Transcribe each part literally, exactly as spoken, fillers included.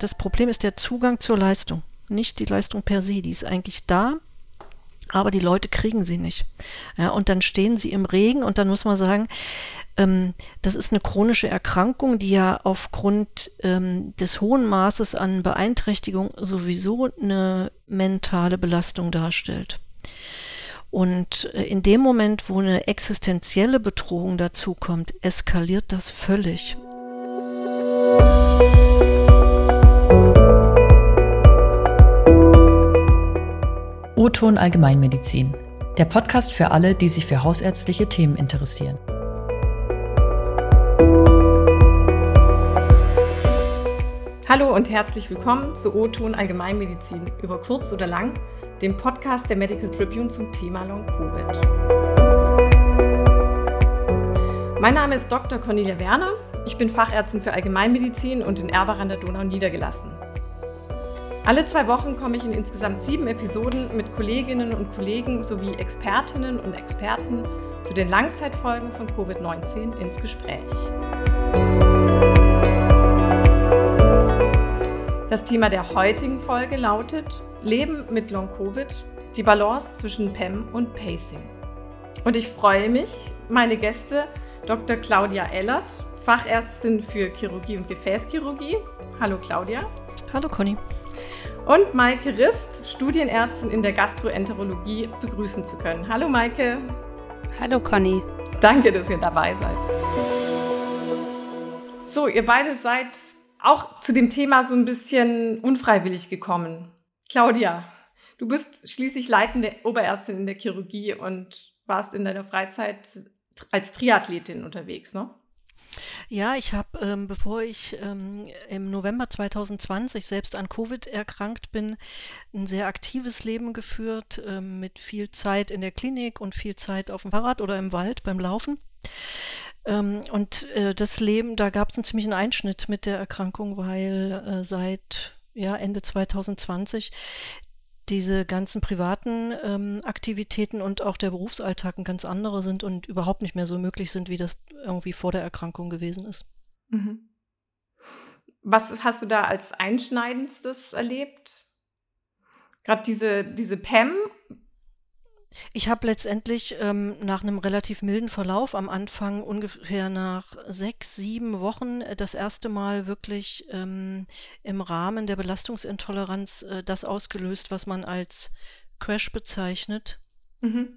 das Problem ist der Zugang zur Leistung, nicht die Leistung per se. Die ist eigentlich da, aber die Leute kriegen sie nicht. Ja, und dann stehen sie im Regen und dann muss man sagen, ähm, das ist eine chronische Erkrankung, die ja aufgrund ähm, des hohen Maßes an Beeinträchtigung sowieso eine mentale Belastung darstellt. Und in dem Moment, wo eine existenzielle Bedrohung dazukommt, eskaliert das völlig. O-Ton Allgemeinmedizin, der Podcast für alle, die sich für hausärztliche Themen interessieren. Hallo und herzlich willkommen zu O-Ton Allgemeinmedizin, über kurz oder lang, dem Podcast der Medical Tribune zum Thema Long-Covid. Mein Name ist Doktor Cornelia Werner, ich bin Fachärztin für Allgemeinmedizin und in Erbach an der Donau niedergelassen. Alle zwei Wochen komme ich in insgesamt sieben Episoden mit Kolleginnen und Kollegen sowie Expertinnen und Experten zu den Langzeitfolgen von Covid neunzehn ins Gespräch. Das Thema der heutigen Folge lautet Leben mit Long-Covid, die Balance zwischen P E M und Pacing. Und ich freue mich, meine Gäste Doktor Claudia Ellert, Fachärztin für Chirurgie und Gefäßchirurgie. Hallo Claudia. Hallo Conny. Und Maike Rist, Studienärztin in der Gastroenterologie, begrüßen zu können. Hallo Maike. Hallo Conny. Danke, dass ihr dabei seid. So, ihr beide seid auch zu dem Thema so ein bisschen unfreiwillig gekommen. Claudia, du bist schließlich leitende Oberärztin in der Chirurgie und warst in deiner Freizeit als Triathletin unterwegs, ne? Ja, ich habe, ähm, bevor ich ähm, im November zwanzig zwanzig selbst an Covid erkrankt bin, ein sehr aktives Leben geführt, ähm, mit viel Zeit in der Klinik und viel Zeit auf dem Fahrrad oder im Wald beim Laufen. Ähm, und äh, das Leben, da gab es einen ziemlichen Einschnitt mit der Erkrankung, weil äh, seit ja, Ende zwanzig zwanzig diese ganzen privaten ähm, Aktivitäten und auch der Berufsalltag ein ganz andere sind und überhaupt nicht mehr so möglich sind, wie das irgendwie vor der Erkrankung gewesen ist. Mhm. Was hast du da als Einschneidendstes erlebt? Gerade diese, diese P E M? Ich habe letztendlich ähm, nach einem relativ milden Verlauf am Anfang ungefähr nach sechs, sieben Wochen äh, das erste Mal wirklich ähm, im Rahmen der Belastungsintoleranz äh, das ausgelöst, was man als Crash bezeichnet, Mhm.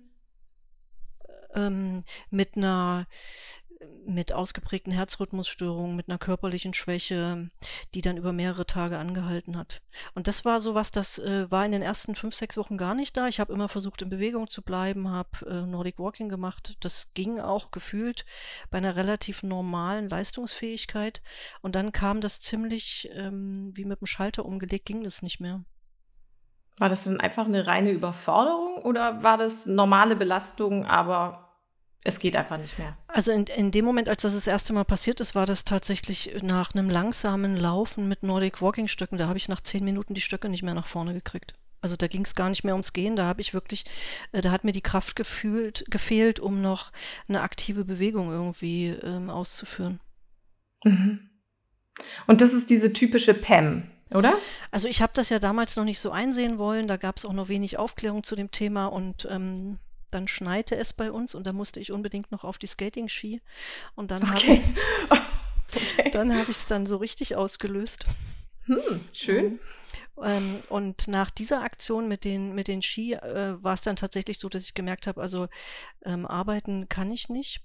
ähm, mit einer mit ausgeprägten Herzrhythmusstörungen, mit einer körperlichen Schwäche, die dann über mehrere Tage angehalten hat. Und das war sowas, das äh, war in den ersten fünf, sechs Wochen gar nicht da. Ich habe immer versucht, in Bewegung zu bleiben, habe äh, Nordic Walking gemacht. Das ging auch gefühlt bei einer relativ normalen Leistungsfähigkeit. Und dann kam das ziemlich ähm, wie mit dem Schalter umgelegt, ging das nicht mehr. War das dann einfach eine reine Überforderung oder war das normale Belastung, aber es geht einfach nicht mehr? Also in, in dem Moment, als das das erste Mal passiert ist, war das tatsächlich nach einem langsamen Laufen mit Nordic Walking Stöcken. Da habe ich nach zehn Minuten die Stöcke nicht mehr nach vorne gekriegt. Also da ging es gar nicht mehr ums Gehen. Da habe ich wirklich, äh, da hat mir die Kraft gefühlt, gefehlt, um noch eine aktive Bewegung irgendwie ähm, auszuführen. Mhm. Und das ist diese typische P E M, oder? Also ich habe das ja damals noch nicht so einsehen wollen. Da gab es auch noch wenig Aufklärung zu dem Thema und ähm, dann schneite es bei uns und da musste ich unbedingt noch auf die Skating-Ski und dann Okay. habe Okay. dann habe ich es dann so richtig ausgelöst. Hm, schön. Ähm, und nach dieser Aktion mit den, mit den Ski äh, war es dann tatsächlich so, dass ich gemerkt habe, also ähm, arbeiten kann ich nicht.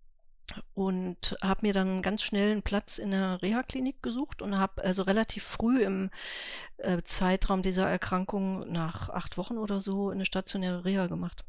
Und habe mir dann ganz schnell einen Platz in der Reha-Klinik gesucht und habe also relativ früh im äh, Zeitraum dieser Erkrankung nach acht Wochen oder so eine stationäre Reha gemacht.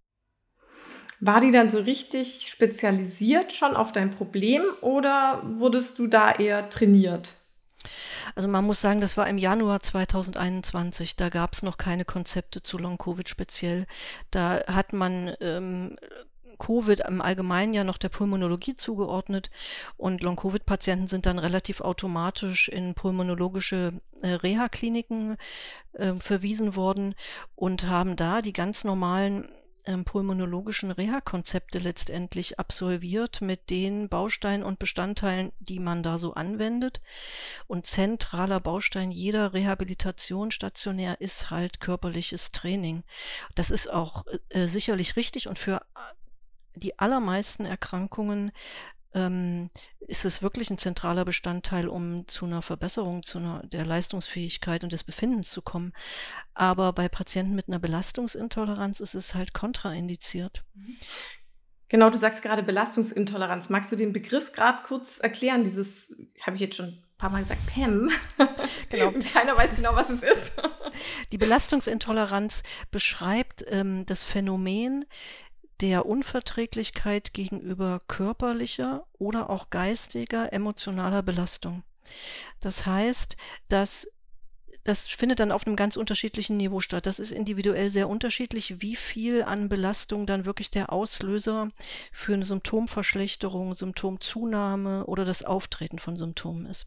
War die dann so richtig spezialisiert schon auf dein Problem oder wurdest du da eher trainiert? Also man muss sagen, das war im Januar zwanzig einundzwanzig. Da gab es noch keine Konzepte zu Long-Covid speziell. Da hat man ähm, Covid im Allgemeinen ja noch der Pulmonologie zugeordnet und Long-Covid-Patienten sind dann relativ automatisch in pulmonologische äh, Reha-Kliniken äh, verwiesen worden und haben da die ganz normalen ähm, pulmonologischen Reha-Konzepte letztendlich absolviert mit den Bausteinen und Bestandteilen, die man da so anwendet. Und zentraler Baustein jeder Rehabilitation stationär ist halt körperliches Training. Das ist auch äh, sicherlich richtig und für die allermeisten Erkrankungen ähm, ist es wirklich ein zentraler Bestandteil, um zu einer Verbesserung zu einer der Leistungsfähigkeit und des Befindens zu kommen. Aber bei Patienten mit einer Belastungsintoleranz ist es halt kontraindiziert. Genau, du sagst gerade Belastungsintoleranz. Magst du den Begriff gerade kurz erklären? Dieses, habe ich jetzt schon ein paar Mal gesagt, P E M. Genau. Und keiner weiß genau, was es ist. Die Belastungsintoleranz beschreibt ähm, das Phänomen der Unverträglichkeit gegenüber körperlicher oder auch geistiger, emotionaler Belastung. Das heißt, dass das findet dann auf einem ganz unterschiedlichen Niveau statt. Das ist individuell sehr unterschiedlich, wie viel an Belastung dann wirklich der Auslöser für eine Symptomverschlechterung, Symptomzunahme oder das Auftreten von Symptomen ist.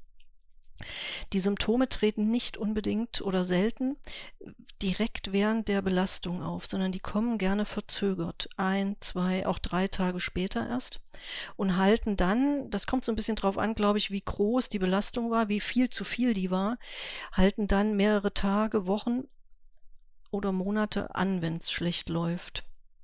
Die Symptome treten nicht unbedingt oder selten direkt während der Belastung auf, sondern die kommen gerne verzögert, ein, zwei, auch drei Tage später erst und halten dann, das kommt so ein bisschen drauf an, glaube ich, wie groß die Belastung war, wie viel zu viel die war, halten dann mehrere Tage, Wochen oder Monate an, wenn es schlecht läuft.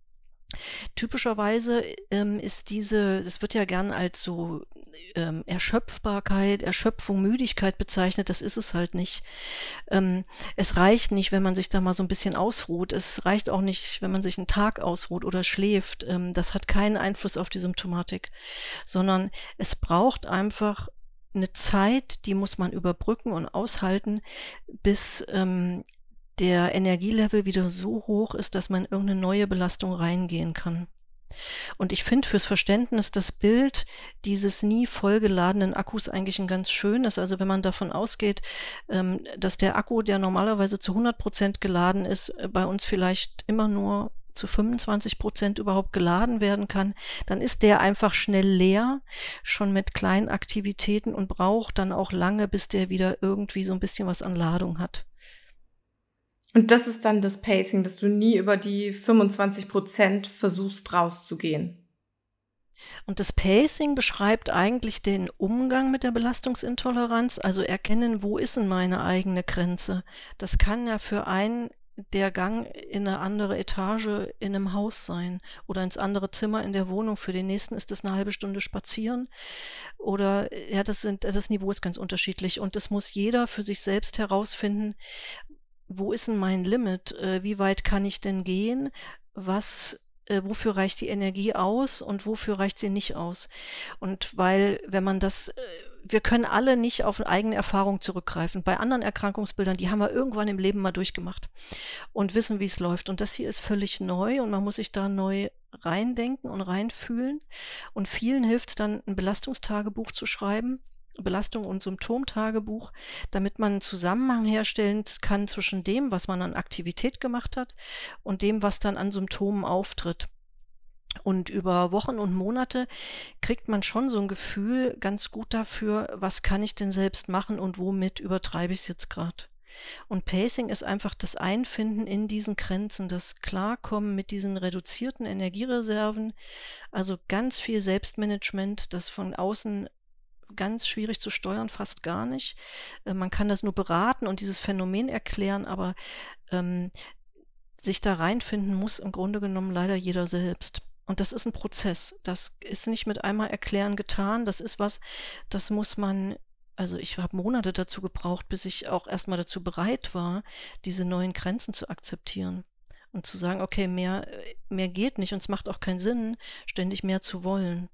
Typischerweise ähm, ist diese, das wird ja gern als so ähm, Erschöpfbarkeit, Erschöpfung, Müdigkeit bezeichnet. Das ist es halt nicht. Ähm, es reicht nicht, wenn man sich da mal so ein bisschen ausruht. Es reicht auch nicht, wenn man sich einen Tag ausruht oder schläft. Ähm, das hat keinen Einfluss auf die Symptomatik, sondern es braucht einfach eine Zeit, die muss man überbrücken und aushalten, bis ähm, der Energielevel wieder so hoch ist, dass man in irgendeine neue Belastung reingehen kann. Und ich finde fürs Verständnis das Bild dieses nie vollgeladenen Akkus eigentlich ein ganz schönes. Also wenn man davon ausgeht, ähm, dass der Akku, der normalerweise zu hundert Prozent geladen ist, bei uns vielleicht immer nur zu fünfundzwanzig Prozent überhaupt geladen werden kann, dann ist der einfach schnell leer, schon mit kleinen Aktivitäten und braucht dann auch lange, bis der wieder irgendwie so ein bisschen was an Ladung hat. Und das ist dann das Pacing, dass du nie über die fünfundzwanzig Prozent versuchst rauszugehen. Und das Pacing beschreibt eigentlich den Umgang mit der Belastungsintoleranz, also erkennen, wo ist denn meine eigene Grenze. Das kann ja für einen der Gang in eine andere Etage in einem Haus sein oder ins andere Zimmer in der Wohnung. Für den nächsten ist das eine halbe Stunde spazieren oder ja, das sind, das Niveau ist ganz unterschiedlich und das muss jeder für sich selbst herausfinden. Wo ist denn mein Limit? Äh, wie weit kann ich denn gehen? Was, äh, wofür reicht die Energie aus und wofür reicht sie nicht aus? Und weil, wenn man das, äh, wir können alle nicht auf eigene Erfahrung zurückgreifen. Bei anderen Erkrankungsbildern, die haben wir irgendwann im Leben mal durchgemacht und wissen, wie es läuft. Und das hier ist völlig neu und man muss sich da neu reindenken und reinfühlen. Und vielen hilft dann, ein Belastungstagebuch zu schreiben. Belastung- und Symptomtagebuch, damit man einen Zusammenhang herstellen kann zwischen dem, was man an Aktivität gemacht hat und dem, was dann an Symptomen auftritt. Und über Wochen und Monate kriegt man schon so ein Gefühl ganz gut dafür, was kann ich denn selbst machen und womit übertreibe ich es jetzt gerade. Und Pacing ist einfach das Einfinden in diesen Grenzen, das Klarkommen mit diesen reduzierten Energiereserven, also ganz viel Selbstmanagement, das von außen ganz schwierig zu steuern, fast gar nicht. Äh, man kann das nur beraten und dieses Phänomen erklären, aber ähm, sich da reinfinden muss im Grunde genommen leider jeder selbst. Und das ist ein Prozess. Das ist nicht mit einmal erklären getan. Das ist was, das muss man, also ich habe Monate dazu gebraucht, bis ich auch erstmal dazu bereit war, diese neuen Grenzen zu akzeptieren. Und zu sagen, okay, mehr, mehr geht nicht und es macht auch keinen Sinn, ständig mehr zu wollen.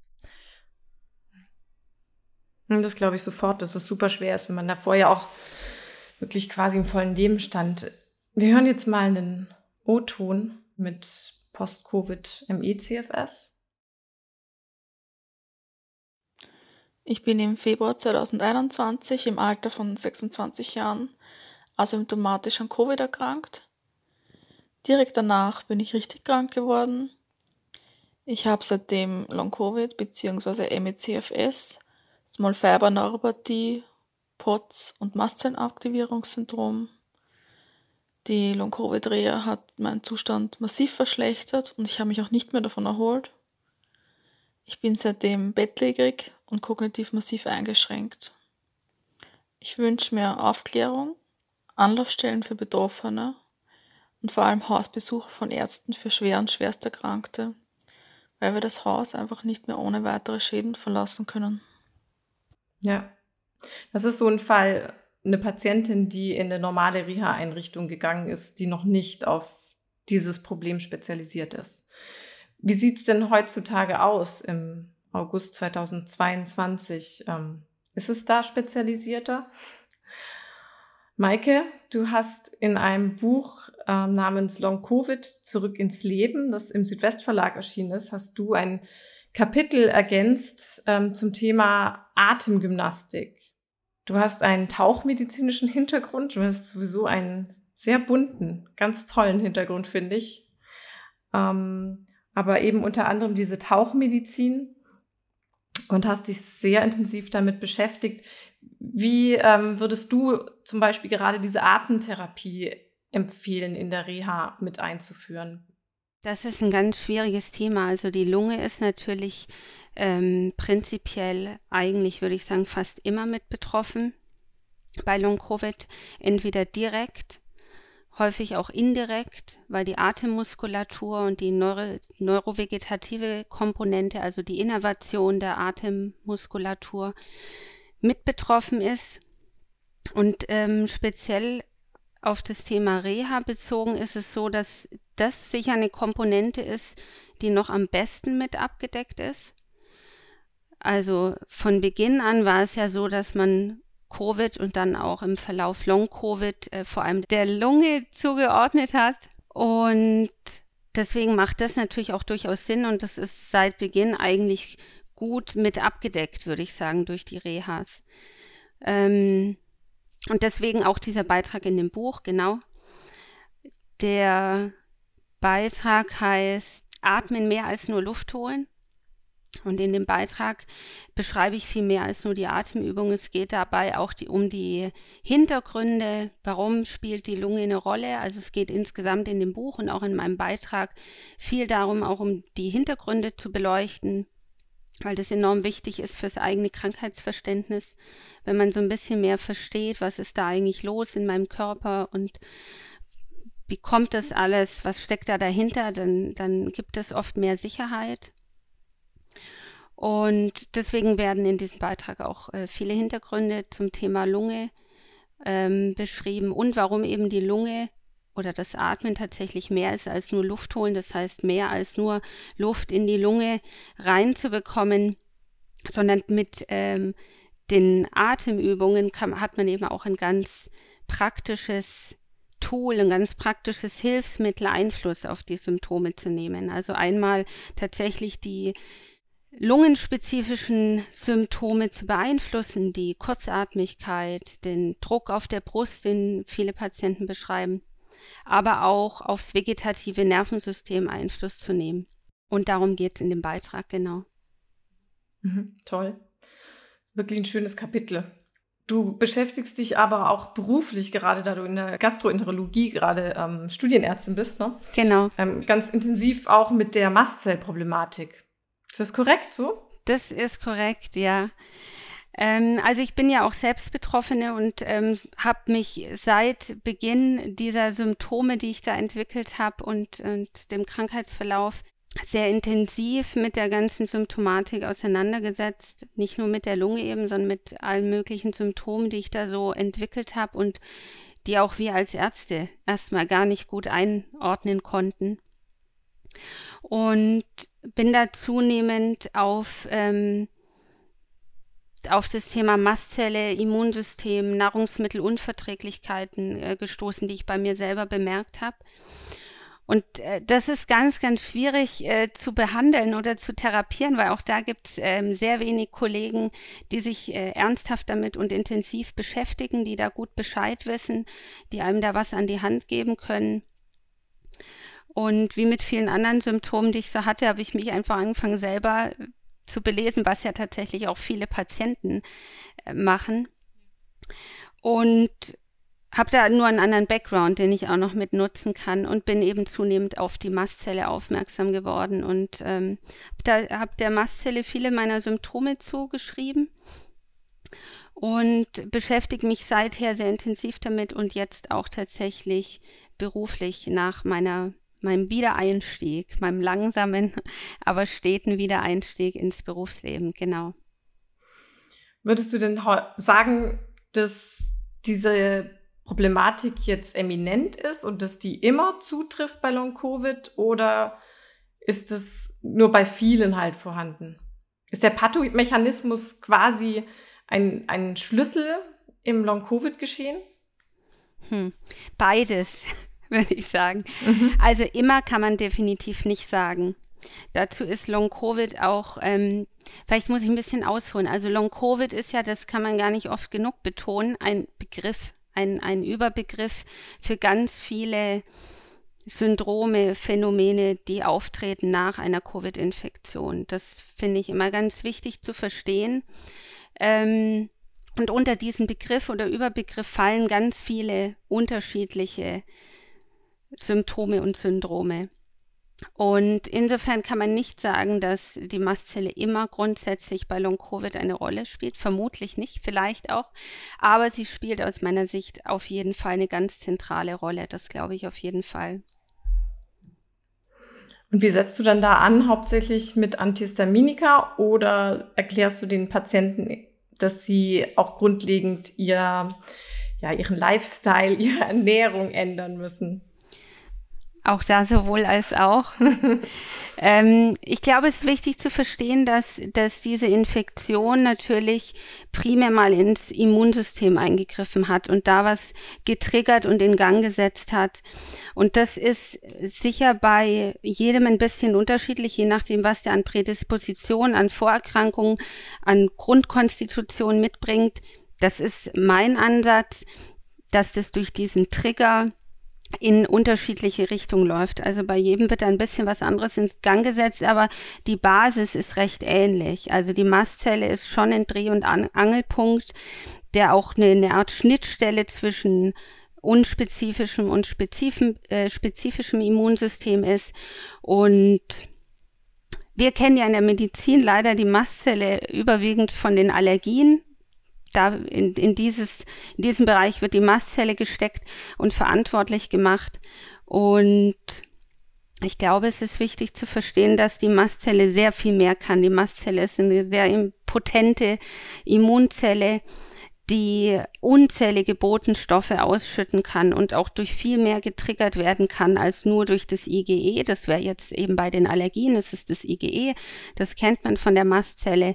Das glaube ich sofort, dass es super schwer ist, wenn man davor ja auch wirklich quasi im vollen Leben stand. Wir hören jetzt mal einen O-Ton mit Post-Covid-M E C F S. Ich bin im Februar zweitausendeinundzwanzig im Alter von sechsundzwanzig Jahren asymptomatisch an Covid erkrankt. Direkt danach bin ich richtig krank geworden. Ich habe seitdem Long-Covid bzw. M E C F S, Small Fiber Neuropathie, P O T S und Mastzellaktivierungssyndrom. Die Long-Covid-Reha hat meinen Zustand massiv verschlechtert und ich habe mich auch nicht mehr davon erholt. Ich bin seitdem bettlägerig und kognitiv massiv eingeschränkt. Ich wünsche mehr Aufklärung, Anlaufstellen für Betroffene und vor allem Hausbesuche von Ärzten für schwer und schwersterkrankte, weil wir das Haus einfach nicht mehr ohne weitere Schäden verlassen können. Ja, das ist so ein Fall, eine Patientin, die in eine normale Reha-Einrichtung gegangen ist, die noch nicht auf dieses Problem spezialisiert ist. Wie sieht es denn heutzutage aus im August zweitausendzweiundzwanzig? Ähm, ist es da spezialisierter? Maike, du hast in einem Buch äh, namens Long Covid, Zurück ins Leben, das im Südwestverlag erschienen ist, hast du ein Kapitel ergänzt ähm, zum Thema Atemgymnastik. Du hast einen tauchmedizinischen Hintergrund, du hast sowieso einen sehr bunten, ganz tollen Hintergrund, finde ich. Ähm, aber eben unter anderem diese Tauchmedizin und hast dich sehr intensiv damit beschäftigt. Wie ähm, würdest du zum Beispiel gerade diese Atemtherapie empfehlen, in der Reha mit einzuführen? Das ist ein ganz schwieriges Thema. Also die Lunge ist natürlich ähm, prinzipiell eigentlich, würde ich sagen, fast immer mit betroffen bei Long-Covid. Entweder direkt, häufig auch indirekt, weil die Atemmuskulatur und die Neuro- neurovegetative Komponente, also die Innervation der Atemmuskulatur, mit betroffen ist. Und ähm, speziell auf das Thema Reha bezogen ist es so, dass das sicher eine Komponente ist, die noch am besten mit abgedeckt ist. Also von Beginn an war es ja so, dass man Covid und dann auch im Verlauf Long-Covid äh, vor allem der Lunge zugeordnet hat. Und deswegen macht das natürlich auch durchaus Sinn und das ist seit Beginn eigentlich gut mit abgedeckt, würde ich sagen, durch die Rehas. Ähm, und deswegen auch dieser Beitrag in dem Buch, genau. Der Beitrag heißt Atmen mehr als nur Luft holen. Und in dem Beitrag beschreibe ich viel mehr als nur die Atemübung. Es geht dabei auch die, um die Hintergründe, warum spielt die Lunge eine Rolle. Also es geht insgesamt in dem Buch und auch in meinem Beitrag viel darum, auch um die Hintergründe zu beleuchten, weil das enorm wichtig ist fürs eigene Krankheitsverständnis. Wenn man so ein bisschen mehr versteht, was ist da eigentlich los in meinem Körper und wie kommt das alles, was steckt da dahinter, dann, dann gibt es oft mehr Sicherheit. Und deswegen werden in diesem Beitrag auch äh, viele Hintergründe zum Thema Lunge ähm, beschrieben und warum eben die Lunge oder das Atmen tatsächlich mehr ist als nur Luft holen. Das heißt, mehr als nur Luft in die Lunge reinzubekommen, sondern mit ähm, den Atemübungen kann, hat man eben auch ein ganz praktisches Tool, ein ganz praktisches Hilfsmittel, Einfluss auf die Symptome zu nehmen. Also einmal tatsächlich die lungenspezifischen Symptome zu beeinflussen, die Kurzatmigkeit, den Druck auf der Brust, den viele Patienten beschreiben, aber auch aufs vegetative Nervensystem Einfluss zu nehmen. Und darum geht es in dem Beitrag, genau. Mhm, toll. Wirklich ein schönes Kapitel. Du beschäftigst dich aber auch beruflich, gerade da du in der Gastroenterologie gerade ähm, Studienärztin bist, ne? Genau. Ähm, ganz intensiv auch mit der Mastzellproblematik. Ist das korrekt so? Das ist korrekt, ja. Ähm, also ich bin ja auch selbst Betroffene und ähm, habe mich seit Beginn dieser Symptome, die ich da entwickelt habe und, und dem Krankheitsverlauf sehr intensiv mit der ganzen Symptomatik auseinandergesetzt. Nicht nur mit der Lunge eben, sondern mit allen möglichen Symptomen, die ich da so entwickelt habe und die auch wir als Ärzte erstmal gar nicht gut einordnen konnten. Und bin da zunehmend auf, ähm, auf das Thema Mastzelle, Immunsystem, Nahrungsmittelunverträglichkeiten äh, gestoßen, die ich bei mir selber bemerkt habe. Und äh, das ist ganz, ganz schwierig äh, zu behandeln oder zu therapieren, weil auch da gibt es ähm, sehr wenig Kollegen, die sich äh, ernsthaft damit und intensiv beschäftigen, die da gut Bescheid wissen, die einem da was an die Hand geben können. Und wie mit vielen anderen Symptomen, die ich so hatte, habe ich mich einfach angefangen, selber zu belesen, was ja tatsächlich auch viele Patienten äh, machen. Und habe da nur einen anderen Background, den ich auch noch mit nutzen kann und bin eben zunehmend auf die Mastzelle aufmerksam geworden und ähm, da habe der Mastzelle viele meiner Symptome zugeschrieben und beschäftige mich seither sehr intensiv damit und jetzt auch tatsächlich beruflich nach meiner meinem Wiedereinstieg, meinem langsamen, aber steten Wiedereinstieg ins Berufsleben, genau. Würdest du denn sagen, dass diese Problematik jetzt eminent ist und dass die immer zutrifft bei Long-Covid oder ist es nur bei vielen halt vorhanden? Ist der Pathomechanismus quasi ein, ein Schlüssel im Long-Covid-Geschehen? Hm. Beides, würde ich sagen. Mhm. Also immer kann man definitiv nicht sagen. Dazu ist Long-Covid auch, ähm, vielleicht muss ich ein bisschen ausholen. Also Long-Covid ist ja, das kann man gar nicht oft genug betonen, ein Begriff, ein, ein Überbegriff für ganz viele Syndrome, Phänomene, die auftreten nach einer Covid-Infektion. Das finde ich immer ganz wichtig zu verstehen. Ähm, und unter diesen Begriff oder Überbegriff fallen ganz viele unterschiedliche Symptome und Syndrome. Und insofern kann man nicht sagen, dass die Mastzelle immer grundsätzlich bei Long-Covid eine Rolle spielt. Vermutlich nicht, vielleicht auch. Aber sie spielt aus meiner Sicht auf jeden Fall eine ganz zentrale Rolle. Das glaube ich auf jeden Fall. Und wie setzt du dann da an? Hauptsächlich mit Antihistaminika oder erklärst du den Patienten, dass sie auch grundlegend ihr, ja, ihren Lifestyle, ihre Ernährung ändern müssen? Auch da sowohl als auch. ähm, ich glaube, es ist wichtig zu verstehen, dass, dass diese Infektion natürlich primär mal ins Immunsystem eingegriffen hat und da was getriggert und in Gang gesetzt hat. Und das ist sicher bei jedem ein bisschen unterschiedlich, je nachdem, was der an Prädisposition, an Vorerkrankungen, an Grundkonstitution mitbringt. Das ist mein Ansatz, dass das durch diesen Trigger in unterschiedliche Richtungen läuft. Also bei jedem wird ein bisschen was anderes in Gang gesetzt, aber die Basis ist recht ähnlich. Also die Mastzelle ist schon ein Dreh- und An- Angelpunkt, der auch eine, eine Art Schnittstelle zwischen unspezifischem und spezifem, äh, spezifischem Immunsystem ist. Und wir kennen ja in der Medizin leider die Mastzelle überwiegend von den Allergien. Da in, in, dieses, in diesem Bereich wird die Mastzelle gesteckt und verantwortlich gemacht. Und ich glaube, es ist wichtig zu verstehen, dass die Mastzelle sehr viel mehr kann. Die Mastzelle ist eine sehr potente Immunzelle, die unzählige Botenstoffe ausschütten kann und auch durch viel mehr getriggert werden kann als nur durch das I G E. Das wäre jetzt eben bei den Allergien, das ist das I G E. Das kennt man von der Mastzelle.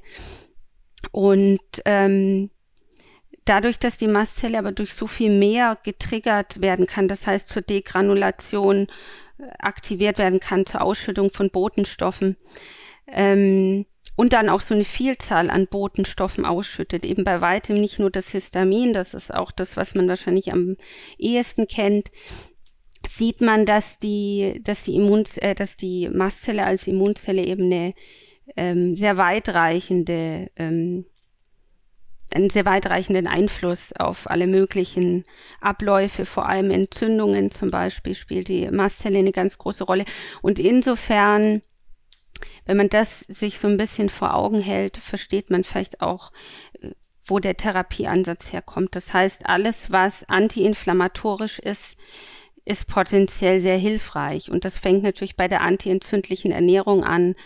Und ähm, dadurch, dass die Mastzelle aber durch so viel mehr getriggert werden kann, das heißt zur Degranulation aktiviert werden kann, zur Ausschüttung von Botenstoffen ähm, und dann auch so eine Vielzahl an Botenstoffen ausschüttet, eben bei weitem nicht nur das Histamin, das ist auch das, was man wahrscheinlich am ehesten kennt, sieht man, dass die, dass die Immun, äh, dass die Mastzelle als Immunzelle eben eine ähm, sehr weitreichende ähm, einen sehr weitreichenden Einfluss auf alle möglichen Abläufe, vor allem Entzündungen zum Beispiel, spielt die Mastzelle eine ganz große Rolle. Und insofern, wenn man das sich so ein bisschen vor Augen hält, versteht man vielleicht auch, wo der Therapieansatz herkommt. Das heißt, alles, was antiinflammatorisch ist, ist potenziell sehr hilfreich. Und das fängt natürlich bei der antientzündlichen Ernährung an.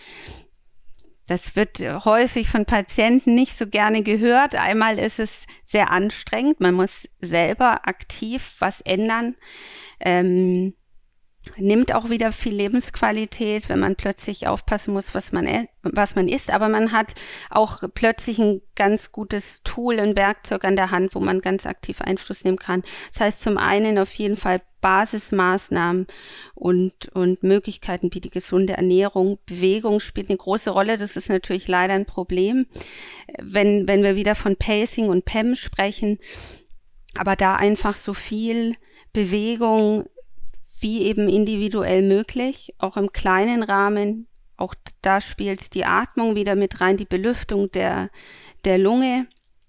Das wird häufig von Patienten nicht so gerne gehört. Einmal ist es sehr anstrengend. Man muss selber aktiv was ändern. Ähm, nimmt auch wieder viel Lebensqualität, wenn man plötzlich aufpassen muss, was man, was man isst. Aber man hat auch plötzlich ein ganz gutes Tool, ein Werkzeug an der Hand, wo man ganz aktiv Einfluss nehmen kann. Das heißt zum einen auf jeden Fall Basismaßnahmen und, und Möglichkeiten wie die gesunde Ernährung. Bewegung spielt eine große Rolle. Das ist natürlich leider ein Problem, wenn, wenn wir wieder von Pacing und P E M sprechen. Aber da einfach so viel Bewegung wie eben individuell möglich, auch im kleinen Rahmen. Auch da spielt die Atmung wieder mit rein, die Belüftung der, der Lunge.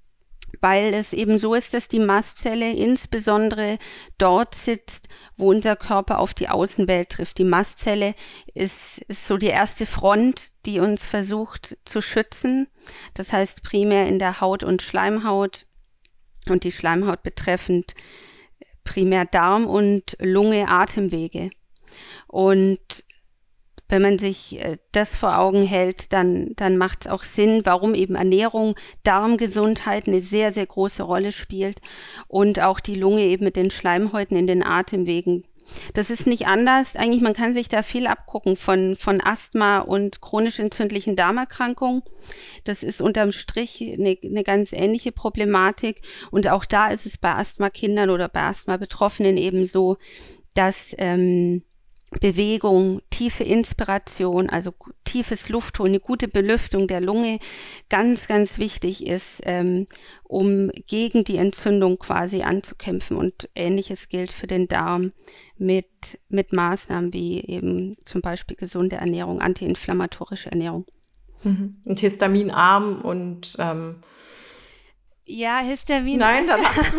weil es eben so ist, dass die Mastzelle insbesondere dort sitzt, wo unser Körper auf die Außenwelt trifft. Die Mastzelle ist, ist so die erste Front, die uns versucht zu schützen. Das heißt primär in der Haut und Schleimhaut und die Schleimhaut betreffend primär Darm und Lunge, Atemwege. Und wenn man sich das vor Augen hält, dann, dann macht es auch Sinn, warum eben Ernährung, Darmgesundheit eine sehr, sehr große Rolle spielt und auch die Lunge eben mit den Schleimhäuten in den Atemwegen. Das ist nicht anders. Eigentlich, man kann sich da viel abgucken von, von Asthma und chronisch entzündlichen Darmerkrankungen. Das ist unterm Strich eine, eine ganz ähnliche Problematik. Und auch da ist es bei Asthma-Kindern oder bei Asthma-Betroffenen eben so, dass ähm, Bewegung, tiefe Inspiration, also tiefes Luftholen, eine gute Belüftung der Lunge ganz, ganz wichtig ist, ähm, um gegen die Entzündung quasi anzukämpfen. Und Ähnliches gilt für den Darm mit, mit Maßnahmen wie eben zum Beispiel gesunde Ernährung, antiinflammatorische Ernährung. Mhm. Und histaminarm und ähm ja, Histamin. Nein, da lachst du.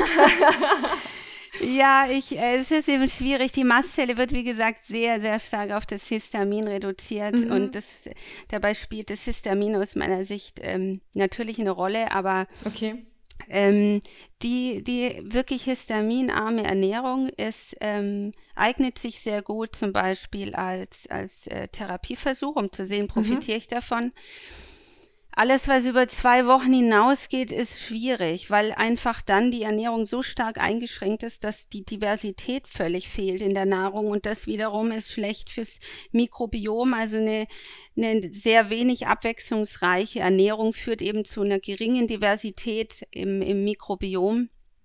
Ja, ich, äh, es ist eben schwierig. Die Mastzelle wird, wie gesagt, sehr, sehr stark auf das Histamin reduziert. Mhm. Und das, dabei spielt das Histamin aus meiner Sicht ähm, natürlich eine Rolle. Aber okay. ähm, die, die wirklich histaminarme Ernährung ist, ähm, eignet sich sehr gut zum Beispiel als, als äh, Therapieversuch, um zu sehen, profitiere mhm. ich davon. Alles, was über zwei Wochen hinausgeht, ist schwierig, weil einfach dann die Ernährung so stark eingeschränkt ist, dass die Diversität völlig fehlt in der Nahrung und das wiederum ist schlecht fürs Mikrobiom. Also eine, eine sehr wenig abwechslungsreiche Ernährung führt eben zu einer geringen Diversität im, im Mikrobiom.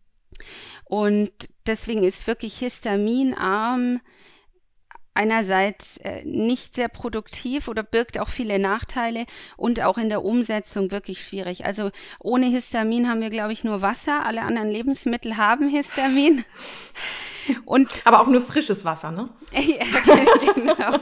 Und deswegen ist wirklich histaminarm einerseits äh, nicht sehr produktiv oder birgt auch viele Nachteile und auch in der Umsetzung wirklich schwierig. Also ohne Histamin haben wir, glaube ich, nur Wasser. Alle anderen Lebensmittel haben Histamin. Und aber auch nur frisches Wasser, ne? Ja, genau.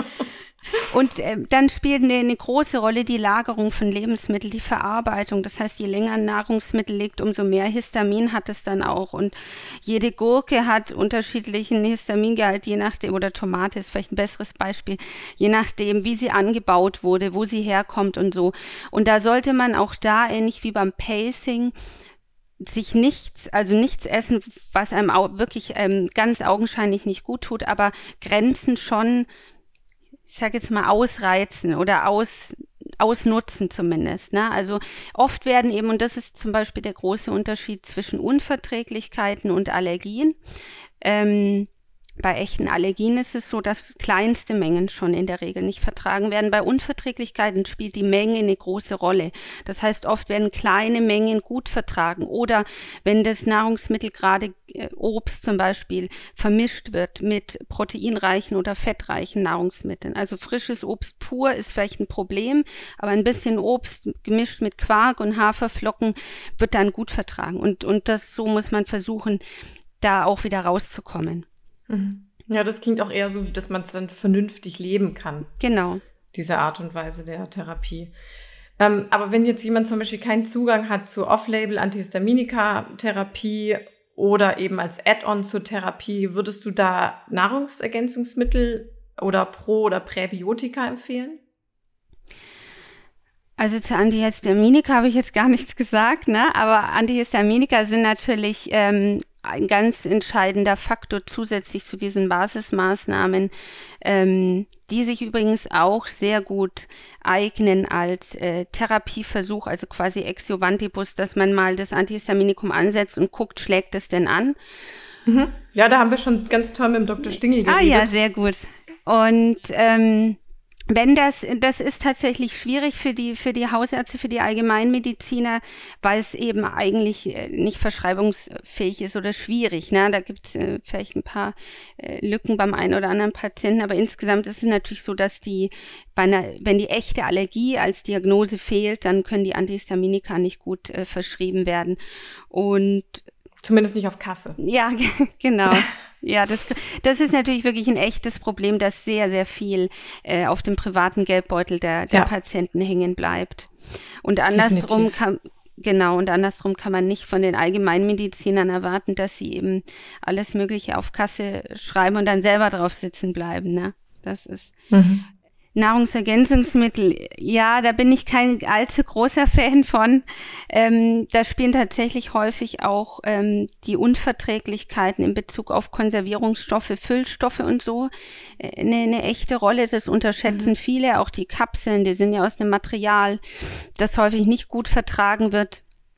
Und äh, dann spielt eine, eine große Rolle die Lagerung von Lebensmitteln, die Verarbeitung. Das heißt, je länger ein Nahrungsmittel liegt, umso mehr Histamin hat es dann auch. Und jede Gurke hat unterschiedlichen Histamingehalt, je nachdem, oder Tomate ist vielleicht ein besseres Beispiel, je nachdem, wie sie angebaut wurde, wo sie herkommt und so. Und da sollte man auch da, ähnlich wie beim Pacing, sich nichts, also nichts essen, was einem auch wirklich ähm, ganz augenscheinlich nicht gut tut, aber Grenzen schon, ich sage jetzt mal, ausreizen oder aus, ausnutzen zumindest. Ne? Also oft werden eben, und das ist zum Beispiel der große Unterschied zwischen Unverträglichkeiten und Allergien, ähm, bei echten Allergien ist es so, dass kleinste Mengen schon in der Regel nicht vertragen werden. Bei Unverträglichkeiten spielt die Menge eine große Rolle. Das heißt, oft werden kleine Mengen gut vertragen. Oder wenn das Nahrungsmittel, gerade äh, Obst zum Beispiel, vermischt wird mit proteinreichen oder fettreichen Nahrungsmitteln. Also frisches Obst pur ist vielleicht ein Problem, aber ein bisschen Obst gemischt mit Quark und Haferflocken wird dann gut vertragen. Und, und das, so muss man versuchen, da auch wieder rauszukommen. Ja, das klingt auch eher so, dass man es dann vernünftig leben kann. Genau. Diese Art und Weise der Therapie. Ähm, aber wenn jetzt jemand zum Beispiel keinen Zugang hat zur Off-Label-Antihistaminika-Therapie oder eben als Add-on zur Therapie, würdest du da Nahrungsergänzungsmittel oder Pro- oder Präbiotika empfehlen? Also zu Antihistaminika habe ich jetzt gar nichts gesagt, ne? Aber Antihistaminika sind natürlich ähm, ein ganz entscheidender Faktor zusätzlich zu diesen Basismaßnahmen, ähm, die sich übrigens auch sehr gut eignen als äh, Therapieversuch, also quasi ex juvantibus, dass man mal das Antihistaminikum ansetzt und guckt, schlägt es denn an? Mhm. Ja, da haben wir schon ganz toll mit dem Doktor Stingel geredet. Ah ja, sehr gut. Und ähm, Wenn das, das ist tatsächlich schwierig für die, für die Hausärzte, für die Allgemeinmediziner, weil es eben eigentlich nicht verschreibungsfähig ist oder schwierig, ne? Da gibt es äh, vielleicht ein paar äh, Lücken beim einen oder anderen Patienten, aber insgesamt ist es natürlich so, dass die, bei einer, wenn die echte Allergie als Diagnose fehlt, dann können die Antihistaminika nicht gut äh, verschrieben werden. Und zumindest nicht auf Kasse. Ja, genau. Ja, das, das ist natürlich wirklich ein echtes Problem, dass sehr, sehr viel äh, auf dem privaten Geldbeutel der, der ja. Patienten hängen bleibt. Und andersrum kann, genau, und andersrum kann man nicht von den Allgemeinmedizinern erwarten, dass sie eben alles Mögliche auf Kasse schreiben und dann selber drauf sitzen bleiben, ne? Das ist mhm. Nahrungsergänzungsmittel, ja, da bin ich kein allzu großer Fan von. Ähm, da spielen tatsächlich häufig auch ähm, die Unverträglichkeiten in Bezug auf Konservierungsstoffe, Füllstoffe und so eine, eine echte Rolle. Das unterschätzen mhm. viele, auch die Kapseln, die sind ja aus einem Material, das häufig nicht gut vertragen wird.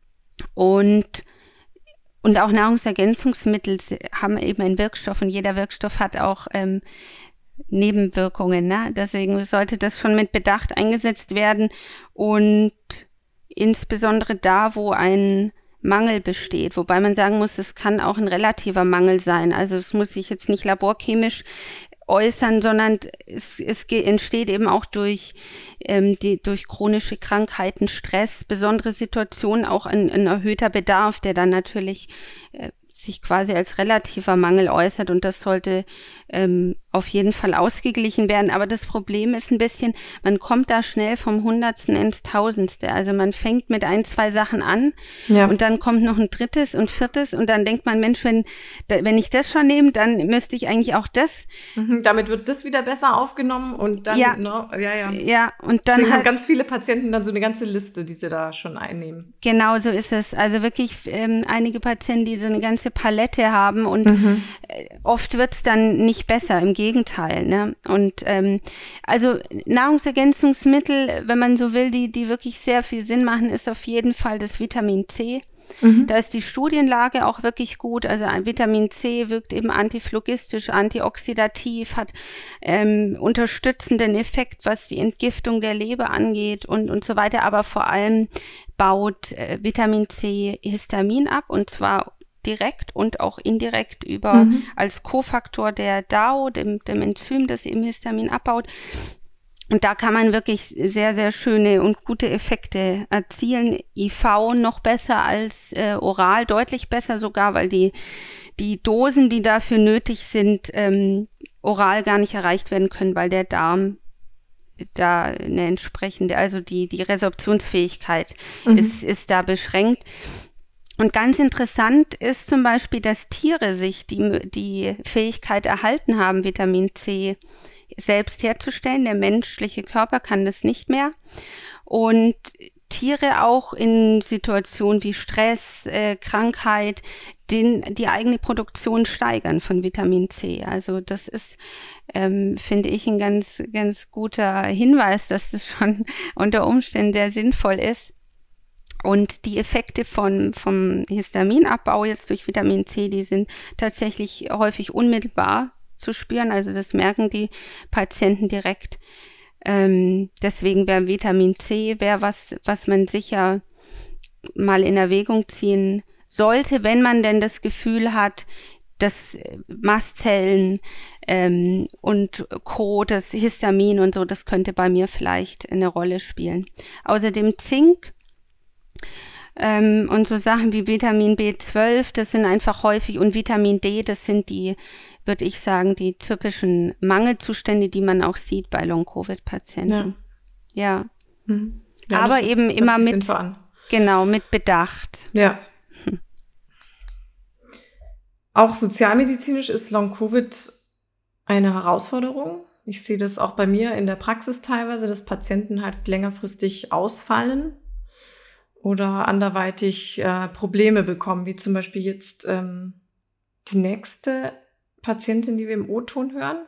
Und und auch Nahrungsergänzungsmittel haben eben einen Wirkstoff und jeder Wirkstoff hat auch ähm, Nebenwirkungen, ne? Deswegen sollte das schon mit Bedacht eingesetzt werden und insbesondere da, wo ein Mangel besteht, wobei man sagen muss, es kann auch ein relativer Mangel sein. Also es muss sich jetzt nicht laborchemisch äußern, sondern es, es entsteht eben auch durch ähm, die durch chronische Krankheiten, Stress, besondere Situationen auch ein, ein erhöhter Bedarf, der dann natürlich äh, sich quasi als relativer Mangel äußert und das sollte ähm, auf jeden Fall ausgeglichen werden. Aber das Problem ist ein bisschen, man kommt da schnell vom Hundertsten ins Tausendste. Also man fängt mit ein, zwei Sachen an ja. und dann kommt noch ein drittes und viertes und dann denkt man, Mensch, wenn, wenn ich das schon nehme, dann müsste ich eigentlich auch das. Mhm, damit wird das wieder besser aufgenommen und dann, ja, no, ja, ja. ja und dann Deswegen halt, haben ganz viele Patienten dann so eine ganze Liste, die sie da schon einnehmen. Genau so ist es. Also wirklich ähm, einige Patienten, die so eine ganze Palette haben und mhm. äh, oft wird's dann nicht besser, im Gegenteil, ne? Und ähm, also Nahrungsergänzungsmittel, wenn man so will, die die wirklich sehr viel Sinn machen, ist auf jeden Fall das Vitamin C. Mhm. Da ist die Studienlage auch wirklich gut. Also ein Vitamin C wirkt eben antiphlogistisch, antioxidativ, hat ähm, unterstützenden Effekt, was die Entgiftung der Leber angeht und und so weiter. Aber vor allem baut äh, Vitamin C Histamin ab und zwar direkt und auch indirekt über mhm. als Kofaktor der D A O, dem, dem Enzym, das eben Histamin abbaut. Und da kann man wirklich sehr, sehr schöne und gute Effekte erzielen. I V noch besser als äh, oral, deutlich besser sogar, weil die die Dosen, die dafür nötig sind, ähm, oral gar nicht erreicht werden können, weil der Darm da eine entsprechende, also die die Resorptionsfähigkeit mhm. ist ist da beschränkt. Und ganz interessant ist zum Beispiel, dass Tiere sich die, die Fähigkeit erhalten haben, Vitamin C selbst herzustellen. Der menschliche Körper kann das nicht mehr. Und Tiere auch in Situationen wie Stress, äh, Krankheit, den, die eigene Produktion steigern von Vitamin C. Also das ist, ähm, finde ich, ein ganz, ganz guter Hinweis, dass das schon unter Umständen sehr sinnvoll ist. Und die Effekte von, vom Histaminabbau jetzt durch Vitamin C, die sind tatsächlich häufig unmittelbar zu spüren. Also das merken die Patienten direkt. Ähm, deswegen wäre Vitamin C, wäre was, was man sicher mal in Erwägung ziehen sollte, wenn man denn das Gefühl hat, dass Mastzellen ähm, und Co., das Histamin und so, das könnte bei mir vielleicht eine Rolle spielen. Außerdem Zink, Ähm, und so Sachen wie Vitamin B zwölf, das sind einfach häufig, und Vitamin D, das sind die, würde ich sagen, die typischen Mangelzustände, die man auch sieht bei Long-Covid-Patienten. Ja. ja. Mhm. ja Aber eben immer mit, genau, mit Bedacht. Ja. Hm. Auch sozialmedizinisch ist Long-Covid eine Herausforderung. Ich sehe das auch bei mir in der Praxis teilweise, dass Patienten halt längerfristig ausfallen oder anderweitig äh, Probleme bekommen, wie zum Beispiel jetzt ähm, die nächste Patientin, die wir im O-Ton hören.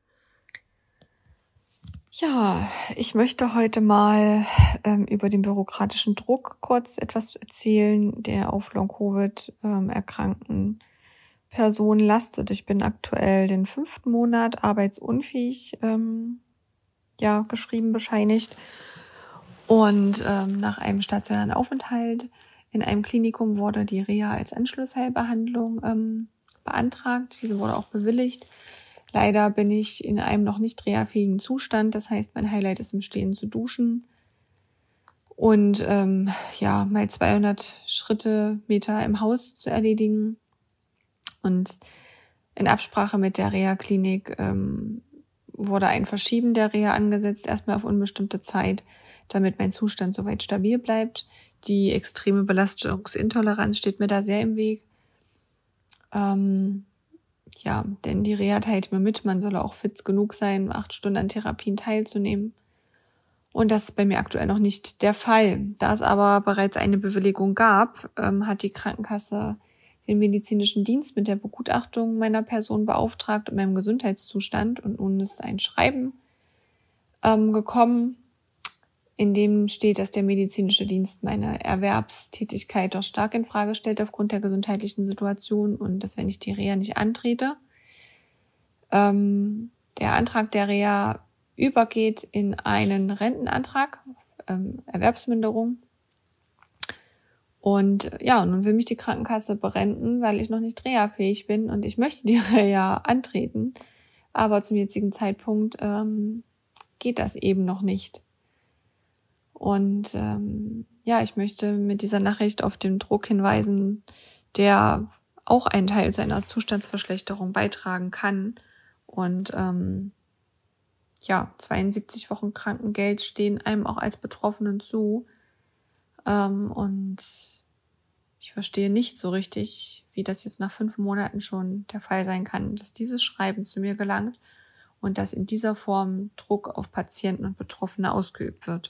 Ja, ich möchte heute mal ähm, über den bürokratischen Druck kurz etwas erzählen, der auf Long-Covid ähm, erkrankten Personen lastet. Ich bin aktuell den fünften Monat arbeitsunfähig, ähm, ja, geschrieben, bescheinigt. Und ähm, nach einem stationären Aufenthalt in einem Klinikum wurde die Reha als Anschlussheilbehandlung ähm, beantragt. Diese wurde auch bewilligt. Leider bin ich in einem noch nicht reha-fähigen Zustand. Das heißt, mein Highlight ist im Stehen zu duschen und ähm, ja mal zweihundert Schritte, Meter im Haus zu erledigen. Und in Absprache mit der Reha-Klinik ähm, wurde ein Verschieben der Reha angesetzt, erstmal auf unbestimmte Zeit, damit mein Zustand soweit stabil bleibt. die extreme Belastungsintoleranz steht mir da sehr im Weg. Ähm, ja, denn die Reha teilt mir mit, man solle auch fit genug sein, acht Stunden an Therapien teilzunehmen. Und das ist bei mir aktuell noch nicht der Fall. Da es aber bereits eine Bewilligung gab, ähm, hat die Krankenkasse den medizinischen Dienst mit der Begutachtung meiner Person beauftragt und meinem Gesundheitszustand. Und nun ist ein Schreiben ähm, gekommen, in dem steht, dass der medizinische Dienst meine Erwerbstätigkeit doch stark in Frage stellt aufgrund der gesundheitlichen Situation und dass, wenn ich die Reha nicht antrete, ähm, der Antrag der Reha übergeht in einen Rentenantrag, ähm, Erwerbsminderung. Und ja, nun will mich die Krankenkasse berenten, weil ich noch nicht reha-fähig bin und ich möchte die Reha antreten. Aber zum jetzigen Zeitpunkt ähm, geht das eben noch nicht. Und ähm, ja, ich möchte mit dieser Nachricht auf den Druck hinweisen, der auch einen Teil zu einer Zustandsverschlechterung beitragen kann. Und ähm, ja, zweiundsiebzig Wochen Krankengeld stehen einem auch als Betroffenen zu. Ähm, und ich verstehe nicht so richtig, wie das jetzt nach fünf Monaten schon der Fall sein kann, dass dieses Schreiben zu mir gelangt und dass in dieser Form Druck auf Patienten und Betroffene ausgeübt wird.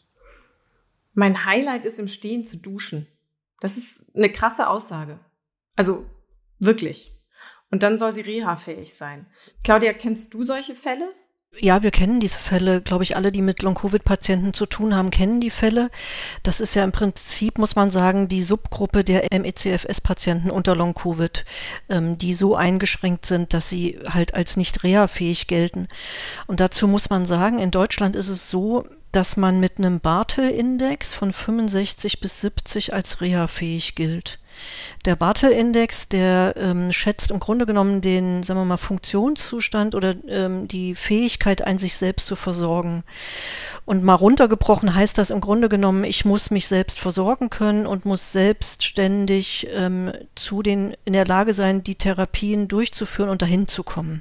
Mein Highlight ist, im Stehen zu duschen. Das ist eine krasse Aussage. Also wirklich. Und dann soll sie reha-fähig sein. Claudia, kennst du solche Fälle? Ja, wir kennen diese Fälle, glaube ich, alle, die mit Long-Covid-Patienten zu tun haben, kennen die Fälle. Das ist ja im Prinzip, muss man sagen, die Subgruppe der M E C F S-Patienten unter Long-Covid, ähm, die so eingeschränkt sind, dass sie halt als nicht reha-fähig gelten. Und dazu muss man sagen, in Deutschland ist es so, dass man mit einem Barthel-Index von fünfundsechzig bis siebzig als reha-fähig gilt. Der Barthel-Index, der ähm, schätzt im Grunde genommen den, sagen wir mal, Funktionszustand oder ähm, die Fähigkeit, ein sich selbst zu versorgen. Und mal runtergebrochen heißt das im Grunde genommen, ich muss mich selbst versorgen können und muss selbstständig ähm, zu den, in der Lage sein, die Therapien durchzuführen und dahin zu kommen.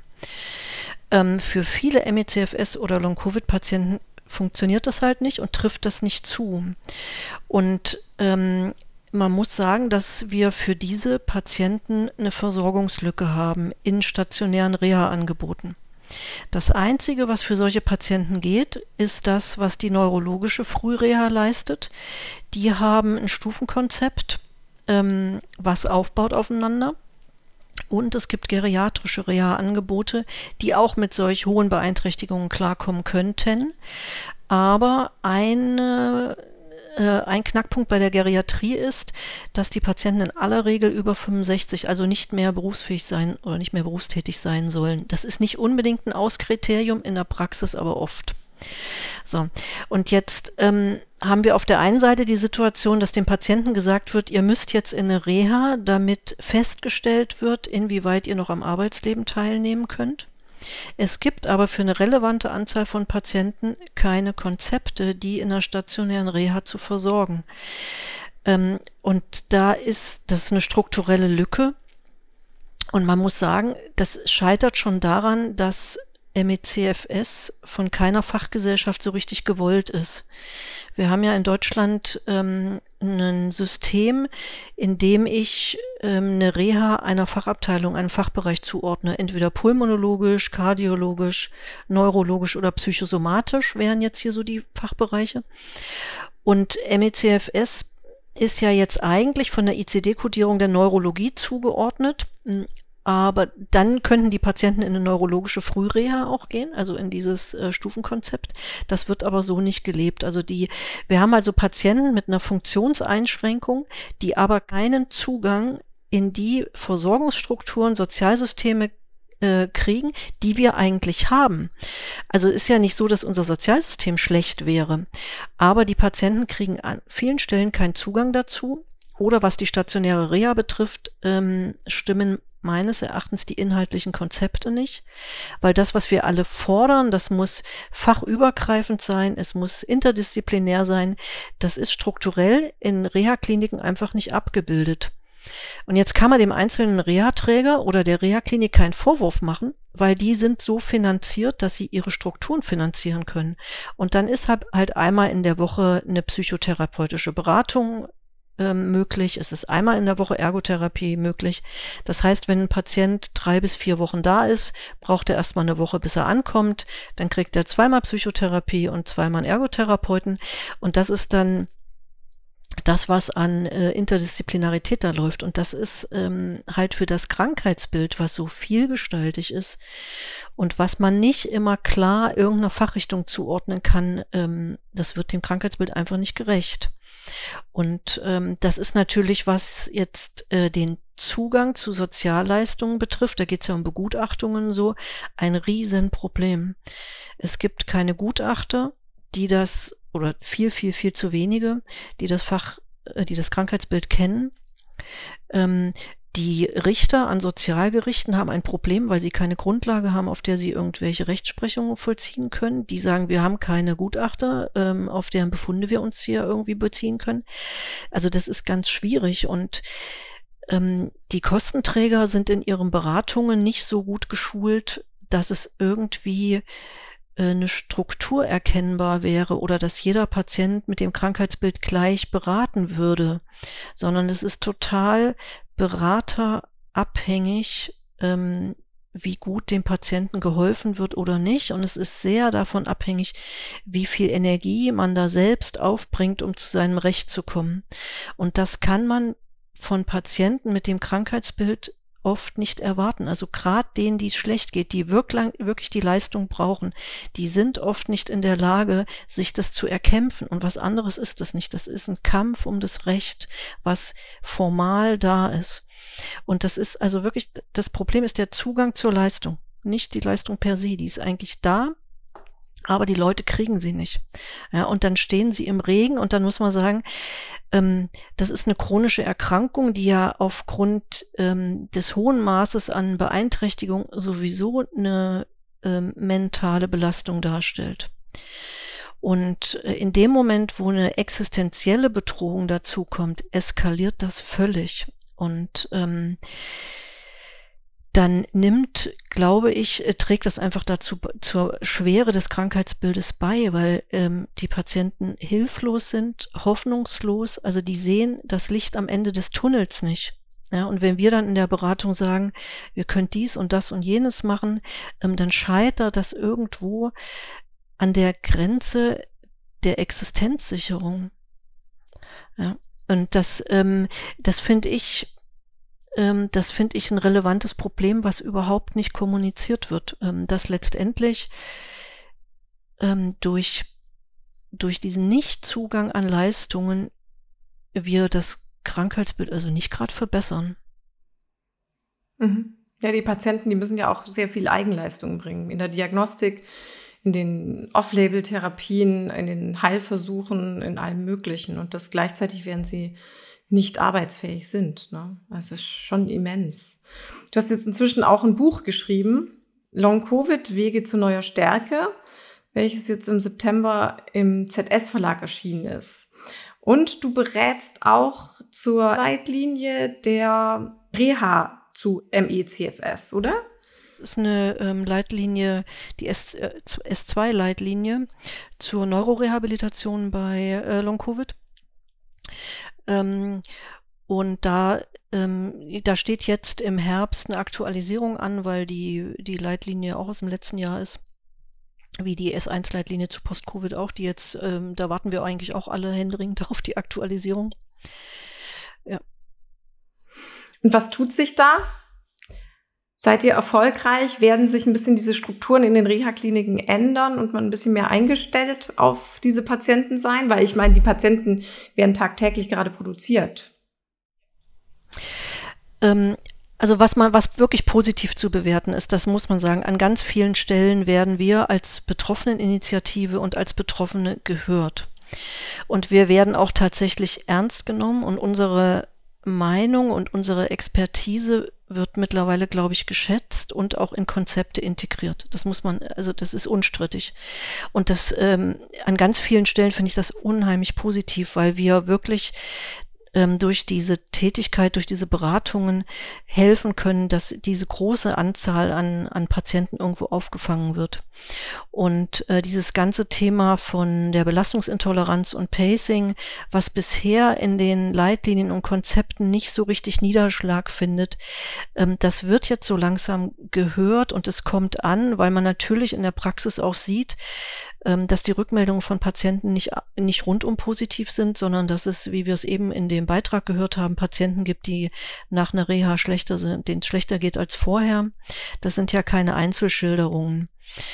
Ähm, für viele M E C F S- oder Long-Covid-Patienten funktioniert das halt nicht und trifft das nicht zu. Und ähm, man muss sagen, dass wir für diese Patienten eine Versorgungslücke haben in stationären Reha-Angeboten. Das Einzige, was für solche Patienten geht, ist das, was die neurologische Frühreha leistet. Die haben ein Stufenkonzept, ähm, was aufbaut aufeinander. Und es gibt geriatrische Reha-Angebote, die auch mit solch hohen Beeinträchtigungen klarkommen könnten. Aber eine, äh, ein Knackpunkt bei der Geriatrie ist, dass die Patienten in aller Regel über fünfundsechzig, also nicht mehr berufsfähig sein oder nicht mehr berufstätig sein sollen. Das ist nicht unbedingt ein Auskriterium, in der Praxis aber oft. So, und jetzt ähm, haben wir auf der einen Seite die Situation, dass dem Patienten gesagt wird, ihr müsst jetzt in eine Reha, damit festgestellt wird, inwieweit ihr noch am Arbeitsleben teilnehmen könnt. Es gibt aber für eine relevante Anzahl von Patienten keine Konzepte, die in einer stationären Reha zu versorgen. Ähm, und da ist das eine strukturelle Lücke. Und man muss sagen, das scheitert schon daran, dass M E C F S von keiner Fachgesellschaft so richtig gewollt ist. Wir haben ja in Deutschland ähm, ein System, in dem ich ähm, eine Reha einer Fachabteilung, einem Fachbereich zuordne, entweder pulmonologisch, kardiologisch, neurologisch oder psychosomatisch wären jetzt hier so die Fachbereiche. Und M E C F S ist ja jetzt eigentlich von der I C D-Kodierung der Neurologie zugeordnet. Aber dann könnten die Patienten in eine neurologische Frühreha auch gehen, also in dieses äh, Stufenkonzept. Das wird aber so nicht gelebt. Also die, wir haben also Patienten mit einer Funktionseinschränkung, die aber keinen Zugang in die Versorgungsstrukturen, Sozialsysteme äh, kriegen, die wir eigentlich haben. Also ist ja nicht so, dass unser Sozialsystem schlecht wäre, aber die Patienten kriegen an vielen Stellen keinen Zugang dazu. Oder was die stationäre Reha betrifft, ähm, stimmen meines Erachtens die inhaltlichen Konzepte nicht, weil das, was wir alle fordern, das muss fachübergreifend sein, es muss interdisziplinär sein, das ist strukturell in Reha-Kliniken einfach nicht abgebildet. Und jetzt kann man dem einzelnen Reha-Träger oder der Reha-Klinik keinen Vorwurf machen, weil die sind so finanziert, dass sie ihre Strukturen finanzieren können. Und dann ist halt einmal in der Woche eine psychotherapeutische Beratung ähm, möglich. Es ist einmal in der Woche Ergotherapie möglich. Das heißt, wenn ein Patient drei bis vier Wochen da ist, braucht er erstmal eine Woche, bis er ankommt. Dann kriegt er zweimal Psychotherapie und zweimal einen Ergotherapeuten. Und das ist dann das, was an äh, Interdisziplinarität da läuft. Und das ist ähm, halt für das Krankheitsbild, was so vielgestaltig ist und was man nicht immer klar irgendeiner Fachrichtung zuordnen kann, ähm, das wird dem Krankheitsbild einfach nicht gerecht. Und ähm, das ist natürlich, was jetzt äh, den Zugang zu Sozialleistungen betrifft, da geht es ja um Begutachtungen so, ein Riesenproblem. Es gibt keine Gutachter, die das oder viel, viel, viel zu wenige, die das Fach, die das Krankheitsbild kennen. Ähm, die Richter an Sozialgerichten haben ein Problem, weil sie keine Grundlage haben, auf der sie irgendwelche Rechtsprechungen vollziehen können. Die sagen, wir haben keine Gutachter, ähm, auf deren Befunde wir uns hier irgendwie beziehen können. Also das ist ganz schwierig und ähm, die Kostenträger sind in ihren Beratungen nicht so gut geschult, dass es irgendwie eine Struktur erkennbar wäre oder dass jeder Patient mit dem Krankheitsbild gleich beraten würde, sondern es ist total beraterabhängig, ähm, wie gut dem Patienten geholfen wird oder nicht. Und es ist sehr davon abhängig, wie viel Energie man da selbst aufbringt, um zu seinem Recht zu kommen. Und das kann man von Patienten mit dem Krankheitsbild oft nicht erwarten. Also gerade denen, die es schlecht geht, die wirklich, wirklich die Leistung brauchen, die sind oft nicht in der Lage, sich das zu erkämpfen. Und was anderes ist das nicht. Das ist ein Kampf um das Recht, was formal da ist. Und das ist also wirklich, das Problem ist der Zugang zur Leistung. Nicht die Leistung per se, die ist eigentlich da, aber die Leute kriegen sie nicht. Ja, und dann stehen sie im Regen und dann muss man sagen, ähm, das ist eine chronische Erkrankung, die ja aufgrund ähm, des hohen Maßes an Beeinträchtigung sowieso eine ähm, mentale Belastung darstellt. Und äh, in dem Moment, wo eine existenzielle Bedrohung dazukommt, eskaliert das völlig. Und ähm, dann nimmt, glaube ich, trägt das einfach dazu zur Schwere des Krankheitsbildes bei, weil ähm, die Patienten hilflos sind, hoffnungslos, also die sehen das Licht am Ende des Tunnels nicht. Ja, und wenn wir dann in der Beratung sagen, wir können dies und das und jenes machen, ähm, dann scheitert das irgendwo an der Grenze der Existenzsicherung. Ja, und das, ähm, das finde ich Das finde ich ein relevantes Problem, was überhaupt nicht kommuniziert wird, dass letztendlich durch, durch diesen Nichtzugang an Leistungen wir das Krankheitsbild also nicht gerade verbessern. Mhm. Ja, die Patienten, die müssen ja auch sehr viel Eigenleistung bringen in der Diagnostik, in den Off-Label-Therapien, in den Heilversuchen, in allem Möglichen. Und das gleichzeitig werden sie nicht arbeitsfähig sind. Ne? Das ist schon immens. Du hast jetzt inzwischen auch ein Buch geschrieben, Long-Covid, Wege zu neuer Stärke, welches jetzt im September im Z S-Verlag erschienen ist. Und du berätst auch zur Leitlinie der Reha zu M E C F S, oder? Das ist eine ähm, Leitlinie, die S zwei Leitlinie zur Neurorehabilitation bei äh, Long-Covid. Ähm, und da, ähm, da steht jetzt im Herbst eine Aktualisierung an, weil die, die Leitlinie auch aus dem letzten Jahr ist, wie die S eins Leitlinie zu Post-Covid auch, die jetzt, ähm, da warten wir eigentlich auch alle händeringend auf die Aktualisierung. Ja. Und was tut sich da? Seid ihr erfolgreich? Werden sich ein bisschen diese Strukturen in den Reha-Kliniken ändern und man ein bisschen mehr eingestellt auf diese Patienten sein? Weil ich meine, die Patienten werden tagtäglich gerade produziert. Ähm, also was man, was wirklich positiv zu bewerten ist, das muss man sagen, an ganz vielen Stellen werden wir als Betroffeneninitiative und als Betroffene gehört. Und wir werden auch tatsächlich ernst genommen und unsere Meinung und unsere Expertise wird mittlerweile, glaube ich, geschätzt und auch in Konzepte integriert. Das muss man, also das ist unstrittig. Und das ähm, an ganz vielen Stellen finde ich das unheimlich positiv, weil wir wirklich ähm, durch diese Tätigkeit, durch diese Beratungen helfen können, dass diese große Anzahl an, an Patienten irgendwo aufgefangen wird. Und äh, dieses ganze Thema von der Belastungsintoleranz und Pacing, was bisher in den Leitlinien und Konzepten nicht so richtig Niederschlag findet, ähm, das wird jetzt so langsam gehört und es kommt an, weil man natürlich in der Praxis auch sieht, ähm, dass die Rückmeldungen von Patienten nicht, nicht rundum positiv sind, sondern dass es, wie wir es eben in dem Beitrag gehört haben, Patienten gibt, die nach einer Reha schlechter sind, denen es schlechter geht als vorher. Das sind ja keine Einzelschilderungen.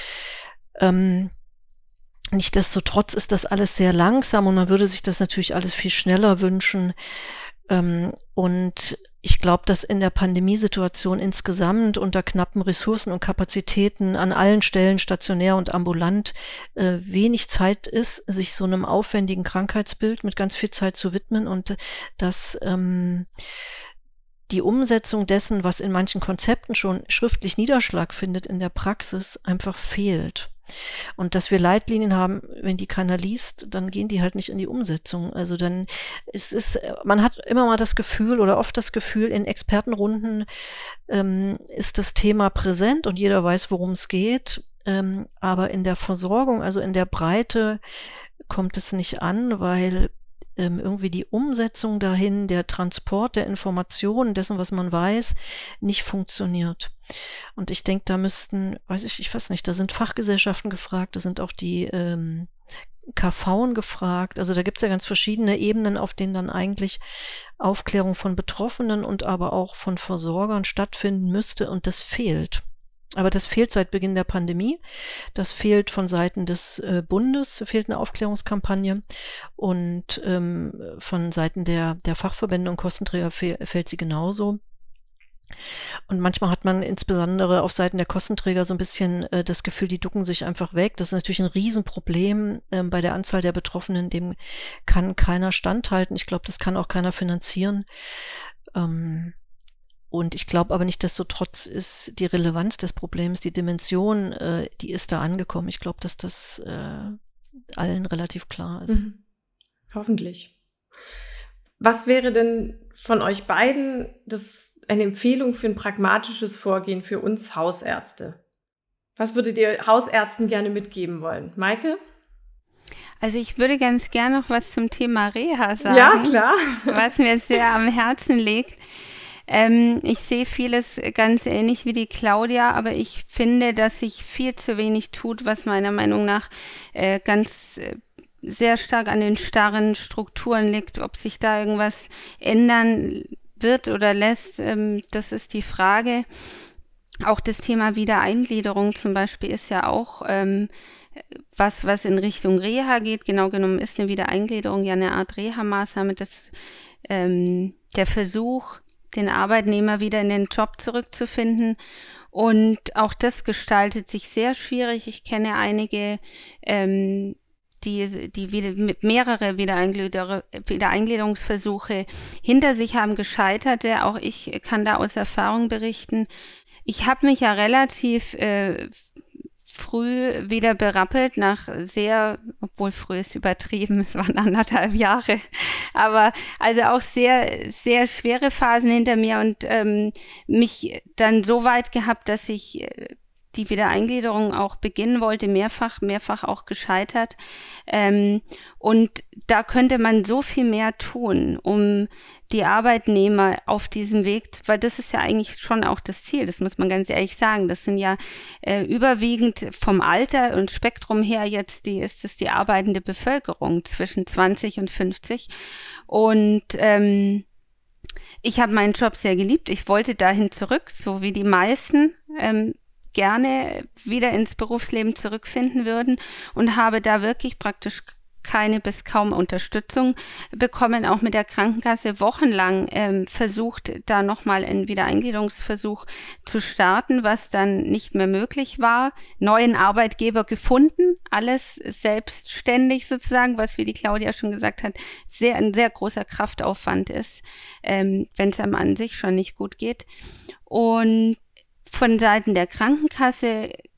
Ähm, Nichtsdestotrotz ist das alles sehr langsam und man würde sich das natürlich alles viel schneller wünschen. Ähm, und ich glaube, dass in der Pandemiesituation insgesamt unter knappen Ressourcen und Kapazitäten an allen Stellen, stationär und ambulant, äh, wenig Zeit ist, sich so einem aufwendigen Krankheitsbild mit ganz viel Zeit zu widmen und dass ähm, die Umsetzung dessen, was in manchen Konzepten schon schriftlich Niederschlag findet, in der Praxis einfach fehlt. Und dass wir Leitlinien haben, wenn die keiner liest, dann gehen die halt nicht in die Umsetzung. Also dann ist es, man hat immer mal das Gefühl oder oft das Gefühl, in Expertenrunden ähm, ist das Thema präsent und jeder weiß, worum es geht. Ähm, aber in der Versorgung, also in der Breite, kommt es nicht an, weil ähm, irgendwie die Umsetzung dahin, der Transport der Informationen, dessen, was man weiß, nicht funktioniert. Und ich denke, da müssten, weiß ich, ich weiß nicht, da sind Fachgesellschaften gefragt, da sind auch die ähm, K V'n gefragt. Also da gibt es ja ganz verschiedene Ebenen, auf denen dann eigentlich Aufklärung von Betroffenen und aber auch von Versorgern stattfinden müsste und das fehlt. Aber das fehlt seit Beginn der Pandemie. Das fehlt von Seiten des äh, Bundes, fehlt eine Aufklärungskampagne und ähm, von Seiten der, der Fachverbände und Kostenträger fehl, fehlt sie genauso. Und manchmal hat man insbesondere auf Seiten der Kostenträger so ein bisschen äh, das Gefühl, die ducken sich einfach weg. Das ist natürlich ein Riesenproblem ähm, bei der Anzahl der Betroffenen, dem kann keiner standhalten. Ich glaube, das kann auch keiner finanzieren. Ähm, und ich glaube aber nichtsdestotrotz ist die Relevanz des Problems, die Dimension, äh, die ist da angekommen. Ich glaube, dass das äh, allen relativ klar ist. Mhm. Hoffentlich. Was wäre denn von euch beiden das eine Empfehlung für ein pragmatisches Vorgehen für uns Hausärzte? Was würdet ihr Hausärzten gerne mitgeben wollen? Maike? Also ich würde ganz gerne noch was zum Thema Reha sagen. Ja, klar. Was mir sehr am Herzen liegt. Ähm, ich sehe vieles ganz ähnlich wie die Claudia, aber ich finde, dass sich viel zu wenig tut, was meiner Meinung nach äh, ganz äh, sehr stark an den starren Strukturen liegt. Ob sich da irgendwas ändern wird oder lässt, ähm, das ist die Frage. Auch das Thema Wiedereingliederung zum Beispiel ist ja auch ähm, was, was in Richtung Reha geht. Genau genommen ist eine Wiedereingliederung ja eine Art Reha-Maßnahme, das, ähm, der Versuch, den Arbeitnehmer wieder in den Job zurückzufinden. Und auch das gestaltet sich sehr schwierig. Ich kenne einige, ähm, die, die wieder mit mehrere Wiedereinglieder- Wiedereingliederungsversuche hinter sich haben, gescheiterte. Auch ich kann da aus Erfahrung berichten. Ich habe mich ja relativ äh, früh wieder berappelt, nach sehr, obwohl früh ist übertrieben, es waren anderthalb Jahre, aber also auch sehr, sehr schwere Phasen hinter mir und ähm, mich dann so weit gehabt, dass ich äh, die Wiedereingliederung auch beginnen wollte, mehrfach, mehrfach auch gescheitert. Ähm, und da könnte man so viel mehr tun, um die Arbeitnehmer auf diesem Weg, weil das ist ja eigentlich schon auch das Ziel, das muss man ganz ehrlich sagen. Das sind ja äh, überwiegend vom Alter und Spektrum her jetzt die, ist es die arbeitende Bevölkerung zwischen zwanzig und fünfzig. Und ähm, ich habe meinen Job sehr geliebt. Ich wollte dahin zurück, so wie die meisten ähm, gerne wieder ins Berufsleben zurückfinden würden und habe da wirklich praktisch keine bis kaum Unterstützung bekommen, auch mit der Krankenkasse wochenlang ähm, versucht, da nochmal einen Wiedereingliederungsversuch zu starten, was dann nicht mehr möglich war. Neuen Arbeitgeber gefunden, alles selbstständig sozusagen, was, wie die Claudia schon gesagt hat, sehr ein sehr großer Kraftaufwand ist, ähm, wenn es einem an sich schon nicht gut geht. Und von Seiten der Krankenkasse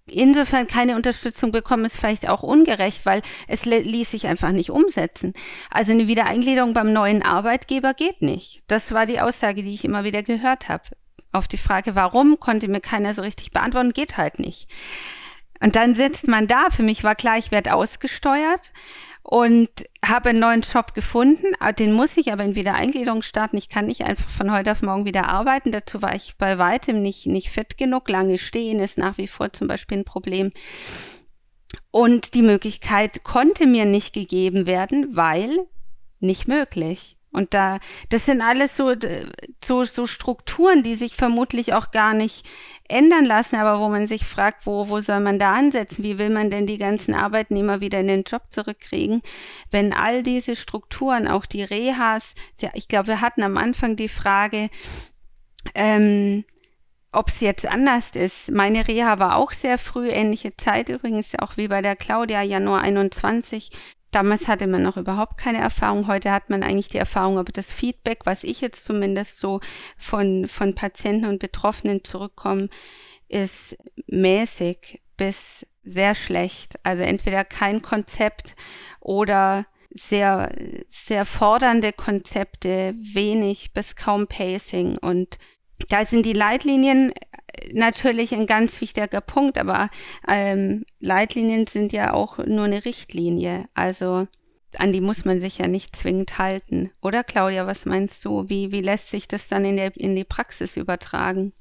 insofern keine Unterstützung bekommen, ist vielleicht auch ungerecht, weil es ließ sich einfach nicht umsetzen. Also eine Wiedereingliederung beim neuen Arbeitgeber geht nicht. Das war die Aussage, die ich immer wieder gehört habe. Auf die Frage, warum, konnte mir keiner so richtig beantworten, geht halt nicht. Und dann sitzt man da, für mich war klar, ich werde ausgesteuert und habe einen neuen Job gefunden, den muss ich aber in Wiedereingliederung starten. Ich kann nicht einfach von heute auf morgen wieder arbeiten. Dazu war ich bei weitem nicht, nicht fit genug. Lange stehen ist nach wie vor zum Beispiel ein Problem. Und die Möglichkeit konnte mir nicht gegeben werden, weil nicht möglich. Und da, das sind alles so, so, so Strukturen, die sich vermutlich auch gar nicht ändern lassen, aber wo man sich fragt, wo, wo soll man da ansetzen? Wie will man denn die ganzen Arbeitnehmer wieder in den Job zurückkriegen? Wenn all diese Strukturen, auch die Rehas, ja, ich glaube, wir hatten am Anfang die Frage, ähm, ob es jetzt anders ist. Meine Reha war auch sehr früh, ähnliche Zeit übrigens, auch wie bei der Claudia, Januar einundzwanzig. Damals hatte man noch überhaupt keine Erfahrung. Heute hat man eigentlich die Erfahrung, aber das Feedback, was ich jetzt zumindest so von, von Patienten und Betroffenen zurückkomme, ist mäßig bis sehr schlecht. Also entweder kein Konzept oder sehr, sehr fordernde Konzepte, wenig bis kaum Pacing. Und da sind die Leitlinien natürlich ein ganz wichtiger Punkt, aber ähm, Leitlinien sind ja auch nur eine Richtlinie, also an die muss man sich ja nicht zwingend halten. Oder Claudia, was meinst du? Wie, wie lässt sich das dann in der, in die Praxis übertragen?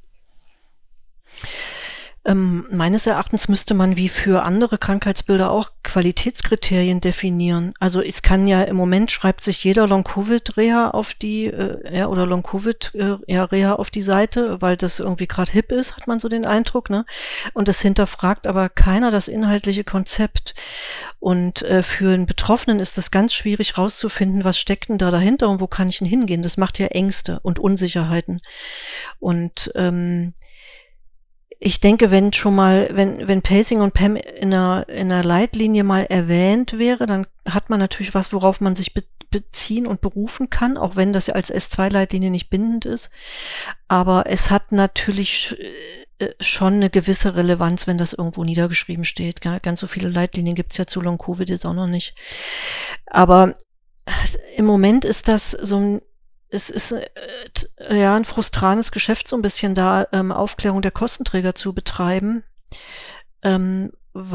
Ähm, meines Erachtens müsste man wie für andere Krankheitsbilder auch Qualitätskriterien definieren. Also es kann ja im Moment schreibt sich jeder Long-Covid-Reha auf die, äh, ja, oder Long-Covid-Reha äh, ja, auf die Seite, weil das irgendwie gerade hip ist, hat man so den Eindruck, ne? Und das hinterfragt aber keiner das inhaltliche Konzept. Und äh, für einen Betroffenen ist es ganz schwierig rauszufinden, was steckt denn da dahinter und wo kann ich denn hingehen? Das macht ja Ängste und Unsicherheiten. Und ähm, ich denke, wenn schon mal, wenn, wenn Pacing und P E M in einer, in einer Leitlinie mal erwähnt wäre, dann hat man natürlich was, worauf man sich be- beziehen und berufen kann, auch wenn das ja als S zwei Leitlinie nicht bindend ist. Aber es hat natürlich äh, schon eine gewisse Relevanz, wenn das irgendwo niedergeschrieben steht. Ganz so viele Leitlinien gibt's ja zu Long-Covid jetzt auch noch nicht. Aber im Moment ist das so ein Es ist äh, ja ein frustranes Geschäft, so ein bisschen da ähm, Aufklärung der Kostenträger zu betreiben, ähm,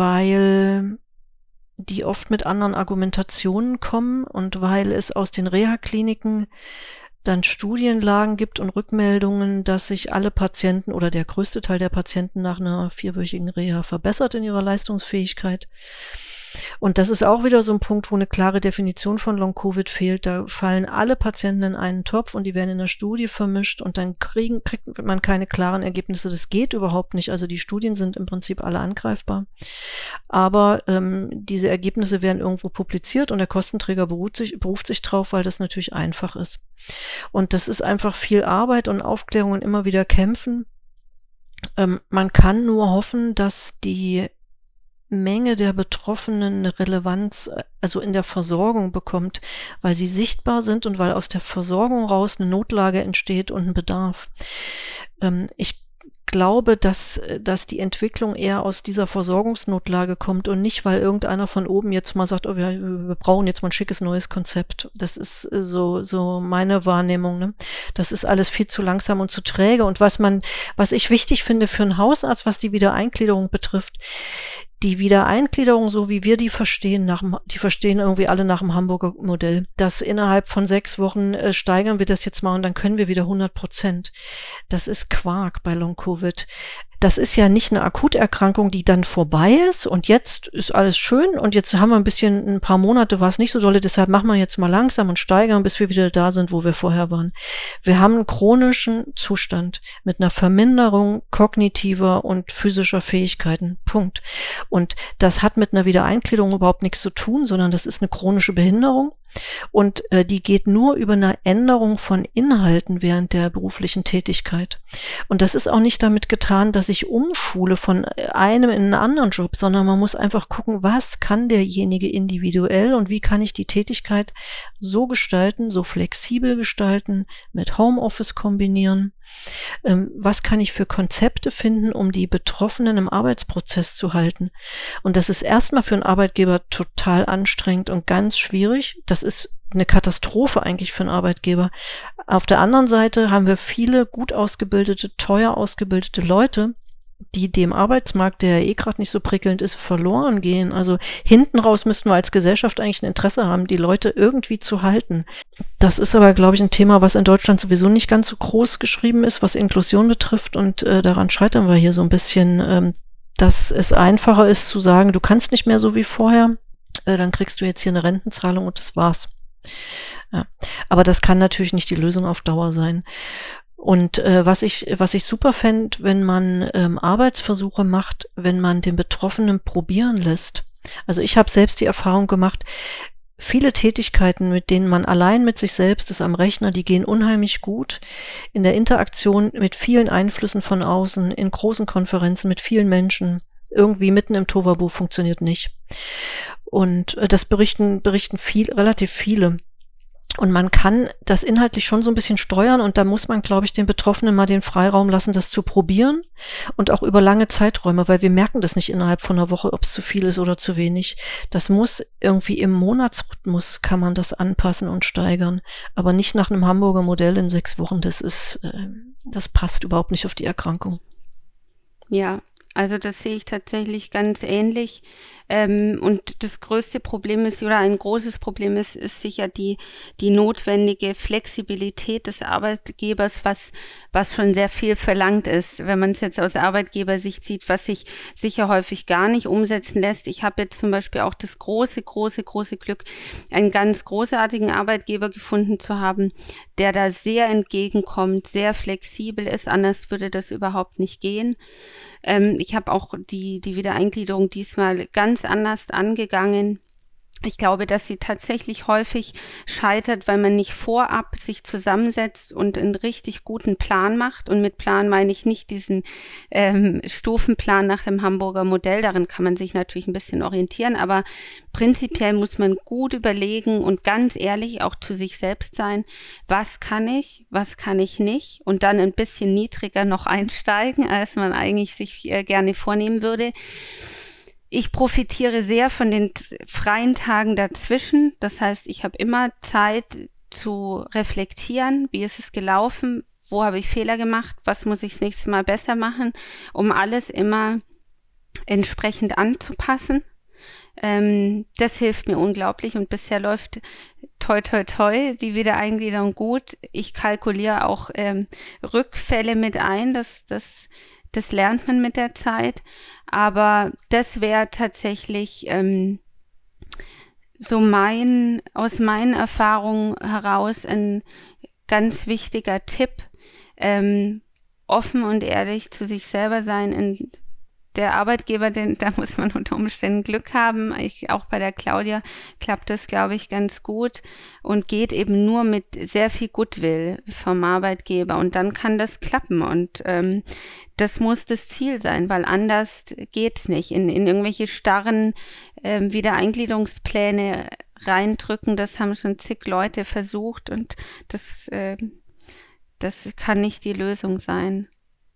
weil die oft mit anderen Argumentationen kommen und weil es aus den Reha-Kliniken dann Studienlagen gibt und Rückmeldungen, dass sich alle Patienten oder der größte Teil der Patienten nach einer vierwöchigen Reha verbessert in ihrer Leistungsfähigkeit. Und das ist auch wieder so ein Punkt, wo eine klare Definition von Long-Covid fehlt. Da fallen alle Patienten in einen Topf und die werden in der Studie vermischt und dann kriegen, kriegt man keine klaren Ergebnisse. Das geht überhaupt nicht. Also die Studien sind im Prinzip alle angreifbar. Aber ähm, diese Ergebnisse werden irgendwo publiziert und der Kostenträger beruft sich, beruft sich drauf, weil das natürlich einfach ist. Und das ist einfach viel Arbeit und Aufklärung und immer wieder kämpfen. Ähm, man kann nur hoffen, dass die Menge der Betroffenen eine Relevanz, also in der Versorgung bekommt, weil sie sichtbar sind und weil aus der Versorgung raus eine Notlage entsteht und ein Bedarf. Ähm, ich glaube, dass, dass die Entwicklung eher aus dieser Versorgungsnotlage kommt und nicht, weil irgendeiner von oben jetzt mal sagt, oh, wir, wir brauchen jetzt mal ein schickes neues Konzept. Das ist so, so meine Wahrnehmung, ne? Das ist alles viel zu langsam und zu träge. Und was man, was ich wichtig finde für einen Hausarzt, was die Wiedereingliederung betrifft, die Wiedereingliederung, so wie wir die verstehen, nach dem, die verstehen irgendwie alle nach dem Hamburger Modell, dass innerhalb von sechs Wochen äh, steigern wir das jetzt mal und dann können wir wieder hundert Prozent. Das ist Quark bei Long-Covid. Das ist ja nicht eine Akuterkrankung, die dann vorbei ist und jetzt ist alles schön und jetzt haben wir ein bisschen, ein paar Monate war es nicht so dolle, deshalb machen wir jetzt mal langsam und steigern, bis wir wieder da sind, wo wir vorher waren. Wir haben einen chronischen Zustand mit einer Verminderung kognitiver und physischer Fähigkeiten. Punkt. Und das hat mit einer Wiedereingliederung überhaupt nichts zu tun, sondern das ist eine chronische Behinderung. Und äh, die geht nur über eine Änderung von Inhalten während der beruflichen Tätigkeit. Und das ist auch nicht damit getan, dass ich umschule von einem in einen anderen Job, sondern man muss einfach gucken, was kann derjenige individuell und wie kann ich die Tätigkeit so gestalten, so flexibel gestalten, mit Homeoffice kombinieren. Ähm, was kann ich für Konzepte finden, um die Betroffenen im Arbeitsprozess zu halten? Und das ist erstmal für einen Arbeitgeber total anstrengend und ganz schwierig. Das ist eine Katastrophe eigentlich für einen Arbeitgeber. Auf der anderen Seite haben wir viele gut ausgebildete, teuer ausgebildete Leute, die dem Arbeitsmarkt, der ja eh gerade nicht so prickelnd ist, verloren gehen. Also hinten raus müssten wir als Gesellschaft eigentlich ein Interesse haben, die Leute irgendwie zu halten. Das ist aber, glaube ich, ein Thema, was in Deutschland sowieso nicht ganz so groß geschrieben ist, was Inklusion betrifft. Und äh, daran scheitern wir hier so ein bisschen, ähm, dass es einfacher ist zu sagen, du kannst nicht mehr so wie vorher, äh, dann kriegst du jetzt hier eine Rentenzahlung und das war's. Ja. Aber das kann natürlich nicht die Lösung auf Dauer sein. Und äh, was ich was ich super fände, wenn man ähm, Arbeitsversuche macht, wenn man den Betroffenen probieren lässt. Also ich habe selbst die Erfahrung gemacht, viele Tätigkeiten, mit denen man allein mit sich selbst ist am Rechner, die gehen unheimlich gut. In der Interaktion mit vielen Einflüssen von außen, in großen Konferenzen mit vielen Menschen, irgendwie mitten im Tohuwabohu funktioniert nicht. Und äh, das berichten berichten viel, relativ viele. Und man kann das inhaltlich schon so ein bisschen steuern und da muss man, glaube ich, den Betroffenen mal den Freiraum lassen, das zu probieren und auch über lange Zeiträume, weil wir merken das nicht innerhalb von einer Woche, ob es zu viel ist oder zu wenig. Das muss irgendwie im Monatsrhythmus kann man das anpassen und steigern, aber nicht nach einem Hamburger Modell in sechs Wochen. Das ist, äh, das passt überhaupt nicht auf die Erkrankung. Ja, also das sehe ich tatsächlich ganz ähnlich. Ähm, und das größte Problem ist, oder ein großes Problem ist, ist sicher die, die notwendige Flexibilität des Arbeitgebers, was, was schon sehr viel verlangt ist. Wenn man es jetzt aus Arbeitgebersicht sieht, was sich sicher häufig gar nicht umsetzen lässt. Ich habe jetzt zum Beispiel auch das große, große, große Glück, einen ganz großartigen Arbeitgeber gefunden zu haben, der da sehr entgegenkommt, sehr flexibel ist. Anders würde das überhaupt nicht gehen. Ähm, ich habe auch die, die Wiedereingliederung diesmal ganz anders angegangen. Ich glaube, dass sie tatsächlich häufig scheitert, weil man nicht vorab sich zusammensetzt und einen richtig guten Plan macht. Und mit Plan meine ich nicht diesen ähm, Stufenplan nach dem Hamburger Modell. Darin kann man sich natürlich ein bisschen orientieren. Aber prinzipiell muss man gut überlegen und ganz ehrlich auch zu sich selbst sein. Was kann ich, was kann ich nicht? Und dann ein bisschen niedriger noch einsteigen, als man eigentlich sich äh, gerne vornehmen würde. Ich profitiere sehr von den freien Tagen dazwischen. Das heißt, ich habe immer Zeit zu reflektieren, wie ist es gelaufen, wo habe ich Fehler gemacht, was muss ich das nächste Mal besser machen, um alles immer entsprechend anzupassen. Ähm, das hilft mir unglaublich und bisher läuft toi toi toi die Wiedereingliederung gut. Ich kalkuliere auch ähm, Rückfälle mit ein, das das Das lernt man mit der Zeit, aber das wäre tatsächlich ähm, so mein, aus meinen Erfahrungen heraus ein ganz wichtiger Tipp, ähm, offen und ehrlich zu sich selber sein. In der Arbeitgeber, denn da muss man unter Umständen Glück haben. Ich, auch bei der Claudia klappt das, glaube ich, ganz gut und geht eben nur mit sehr viel Goodwill vom Arbeitgeber und dann kann das klappen und ähm, das muss das Ziel sein, weil anders geht's nicht. In, in irgendwelche starren ähm, Wiedereingliederungspläne reindrücken, das haben schon zig Leute versucht und das, äh, das kann nicht die Lösung sein.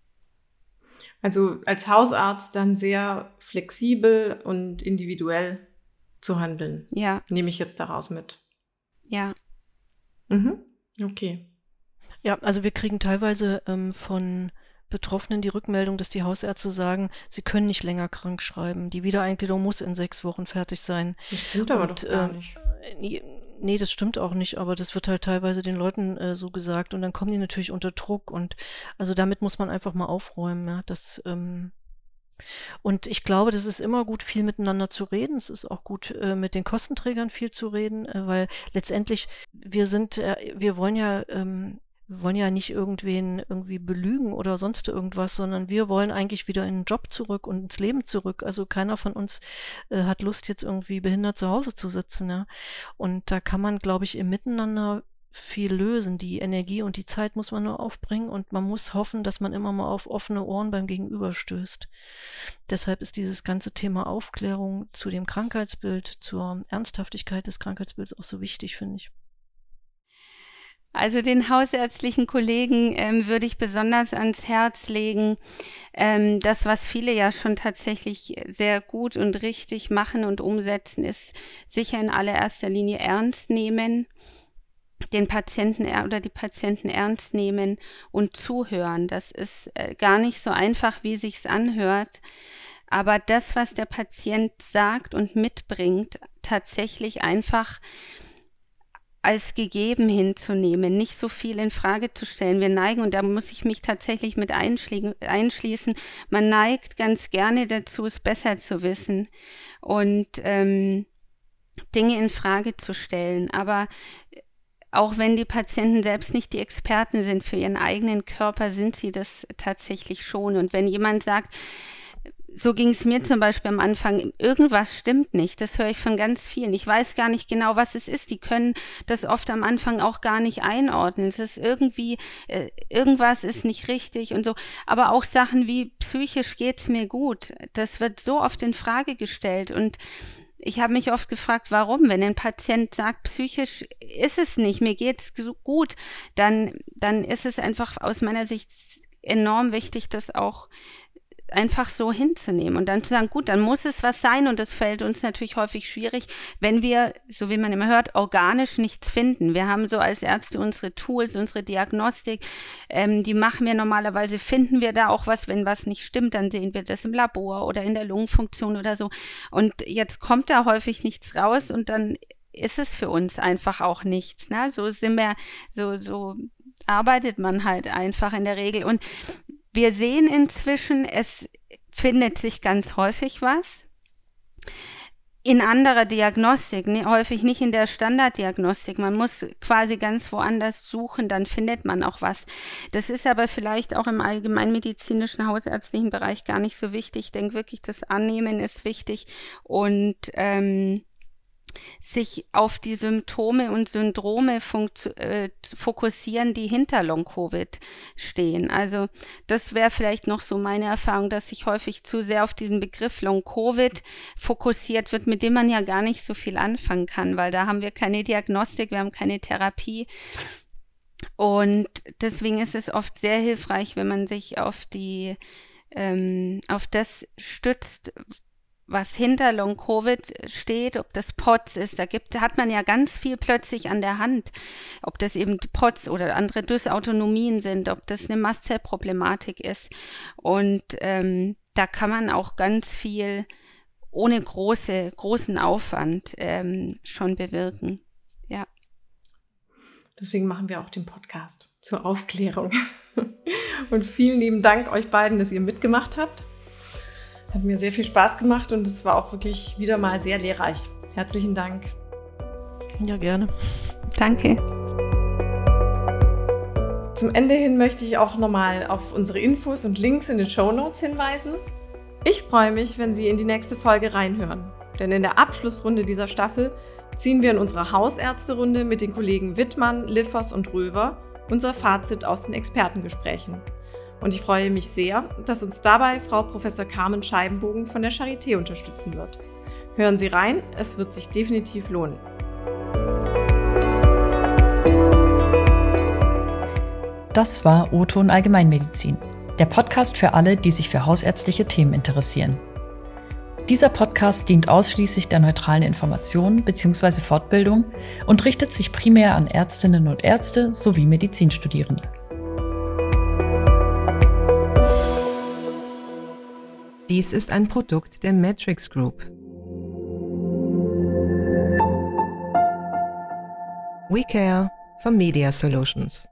Also als Hausarzt dann sehr flexibel und individuell zu handeln. Ja. Nehme ich jetzt daraus mit. Ja. Mhm. Okay. Ja, also wir kriegen teilweise ähm, von Betroffenen die Rückmeldung, dass die Hausärzte sagen, sie können nicht länger krank schreiben. Die Wiedereingliederung muss in sechs Wochen fertig sein. Das stimmt aber Und, doch gar äh, nicht. Nee, das stimmt auch nicht, aber das wird halt teilweise den Leuten äh, so gesagt und dann kommen die natürlich unter Druck und also damit muss man einfach mal aufräumen, ja, das ähm, und ich glaube, das ist immer gut, viel miteinander zu reden. Es ist auch gut, äh, mit den Kostenträgern viel zu reden, äh, weil letztendlich wir sind, äh, wir wollen ja ähm, Wir wollen ja nicht irgendwen irgendwie belügen oder sonst irgendwas, sondern wir wollen eigentlich wieder in den Job zurück und ins Leben zurück. Also keiner von uns äh, hat Lust, jetzt irgendwie behindert zu Hause zu sitzen. Ja? Und da kann man, glaube ich, im Miteinander viel lösen. Die Energie und die Zeit muss man nur aufbringen und man muss hoffen, dass man immer mal auf offene Ohren beim Gegenüber stößt. Deshalb ist dieses ganze Thema Aufklärung zu dem Krankheitsbild, zur Ernsthaftigkeit des Krankheitsbilds auch so wichtig, finde ich. Also den hausärztlichen Kollegen ähm, würde ich besonders ans Herz legen, ähm, das, was viele ja schon tatsächlich sehr gut und richtig machen und umsetzen, ist sicher in allererster Linie ernst nehmen, den Patienten oder die Patienten ernst nehmen und zuhören. Das ist äh, gar nicht so einfach, wie sich's anhört. Aber das, was der Patient sagt und mitbringt, tatsächlich einfach als gegeben hinzunehmen, nicht so viel in Frage zu stellen. Wir neigen, und da muss ich mich tatsächlich mit einschli- einschließen, man neigt ganz gerne dazu, es besser zu wissen und ähm, Dinge in Frage zu stellen. Aber auch wenn die Patienten selbst nicht die Experten sind für ihren eigenen Körper, sind sie das tatsächlich schon. Und wenn jemand sagt, so ging es mir zum Beispiel am Anfang, irgendwas stimmt nicht, das höre ich von ganz vielen. Ich weiß gar nicht genau, was es ist. Die können das oft am Anfang auch gar nicht einordnen. Es ist irgendwie, äh, irgendwas ist nicht richtig und so. Aber auch Sachen wie psychisch geht's mir gut, das wird so oft in Frage gestellt. Und ich habe mich oft gefragt, warum, wenn ein Patient sagt, psychisch ist es nicht, mir geht's gut, dann, dann ist es einfach aus meiner Sicht enorm wichtig, das auch einfach so hinzunehmen und dann zu sagen, gut, dann muss es was sein und das fällt uns natürlich häufig schwierig, wenn wir, so wie man immer hört, organisch nichts finden. Wir haben so als Ärzte unsere Tools, unsere Diagnostik, ähm, die machen wir normalerweise, finden wir da auch was, wenn was nicht stimmt, dann sehen wir das im Labor oder in der Lungenfunktion oder so und jetzt kommt da häufig nichts raus und dann ist es für uns einfach auch nichts, ne? So sind wir, so, so arbeitet man halt einfach in der Regel und wir sehen inzwischen, es findet sich ganz häufig was. In anderer Diagnostik, ne, häufig nicht in der Standarddiagnostik. Man muss quasi ganz woanders suchen, dann findet man auch was. Das ist aber vielleicht auch im allgemeinmedizinischen hausärztlichen Bereich gar nicht so wichtig. Ich denke wirklich, das Annehmen ist wichtig und ähm, sich auf die Symptome und Syndrome funktio- äh, fokussieren, die hinter Long-Covid stehen. Also das wäre vielleicht noch so meine Erfahrung, dass sich häufig zu sehr auf diesen Begriff Long-Covid fokussiert wird, mit dem man ja gar nicht so viel anfangen kann, weil da haben wir keine Diagnostik, wir haben keine Therapie. Und deswegen ist es oft sehr hilfreich, wenn man sich auf die ähm, auf das stützt, was hinter Long-Covid steht, ob das P O T S ist, da gibt, hat man ja ganz viel plötzlich an der Hand, ob das eben P O T S oder andere Dysautonomien sind, ob das eine Mastzellproblematik ist und ähm, da kann man auch ganz viel ohne große, großen Aufwand ähm, schon bewirken, ja. Deswegen machen wir auch den Podcast zur Aufklärung. Und vielen lieben Dank euch beiden, dass ihr mitgemacht habt. Hat mir sehr viel Spaß gemacht und es war auch wirklich wieder mal sehr lehrreich. Herzlichen Dank. Ja, gerne. Danke. Zum Ende hin möchte ich auch nochmal auf unsere Infos und Links in den Shownotes hinweisen. Ich freue mich, wenn Sie in die nächste Folge reinhören. Denn in der Abschlussrunde dieser Staffel ziehen wir in unserer Hausärzterunde mit den Kollegen Wittmann, Liffers und Röver unser Fazit aus den Expertengesprächen. Und ich freue mich sehr, dass uns dabei Frau Professor Carmen Scheibenbogen von der Charité unterstützen wird. Hören Sie rein, es wird sich definitiv lohnen. Das war O-Ton Allgemeinmedizin, der Podcast für alle, die sich für hausärztliche Themen interessieren. Dieser Podcast dient ausschließlich der neutralen Information bzw. Fortbildung und richtet sich primär an Ärztinnen und Ärzte sowie Medizinstudierende. Dies ist ein Produkt der Matrix Group. We care for Media Solutions.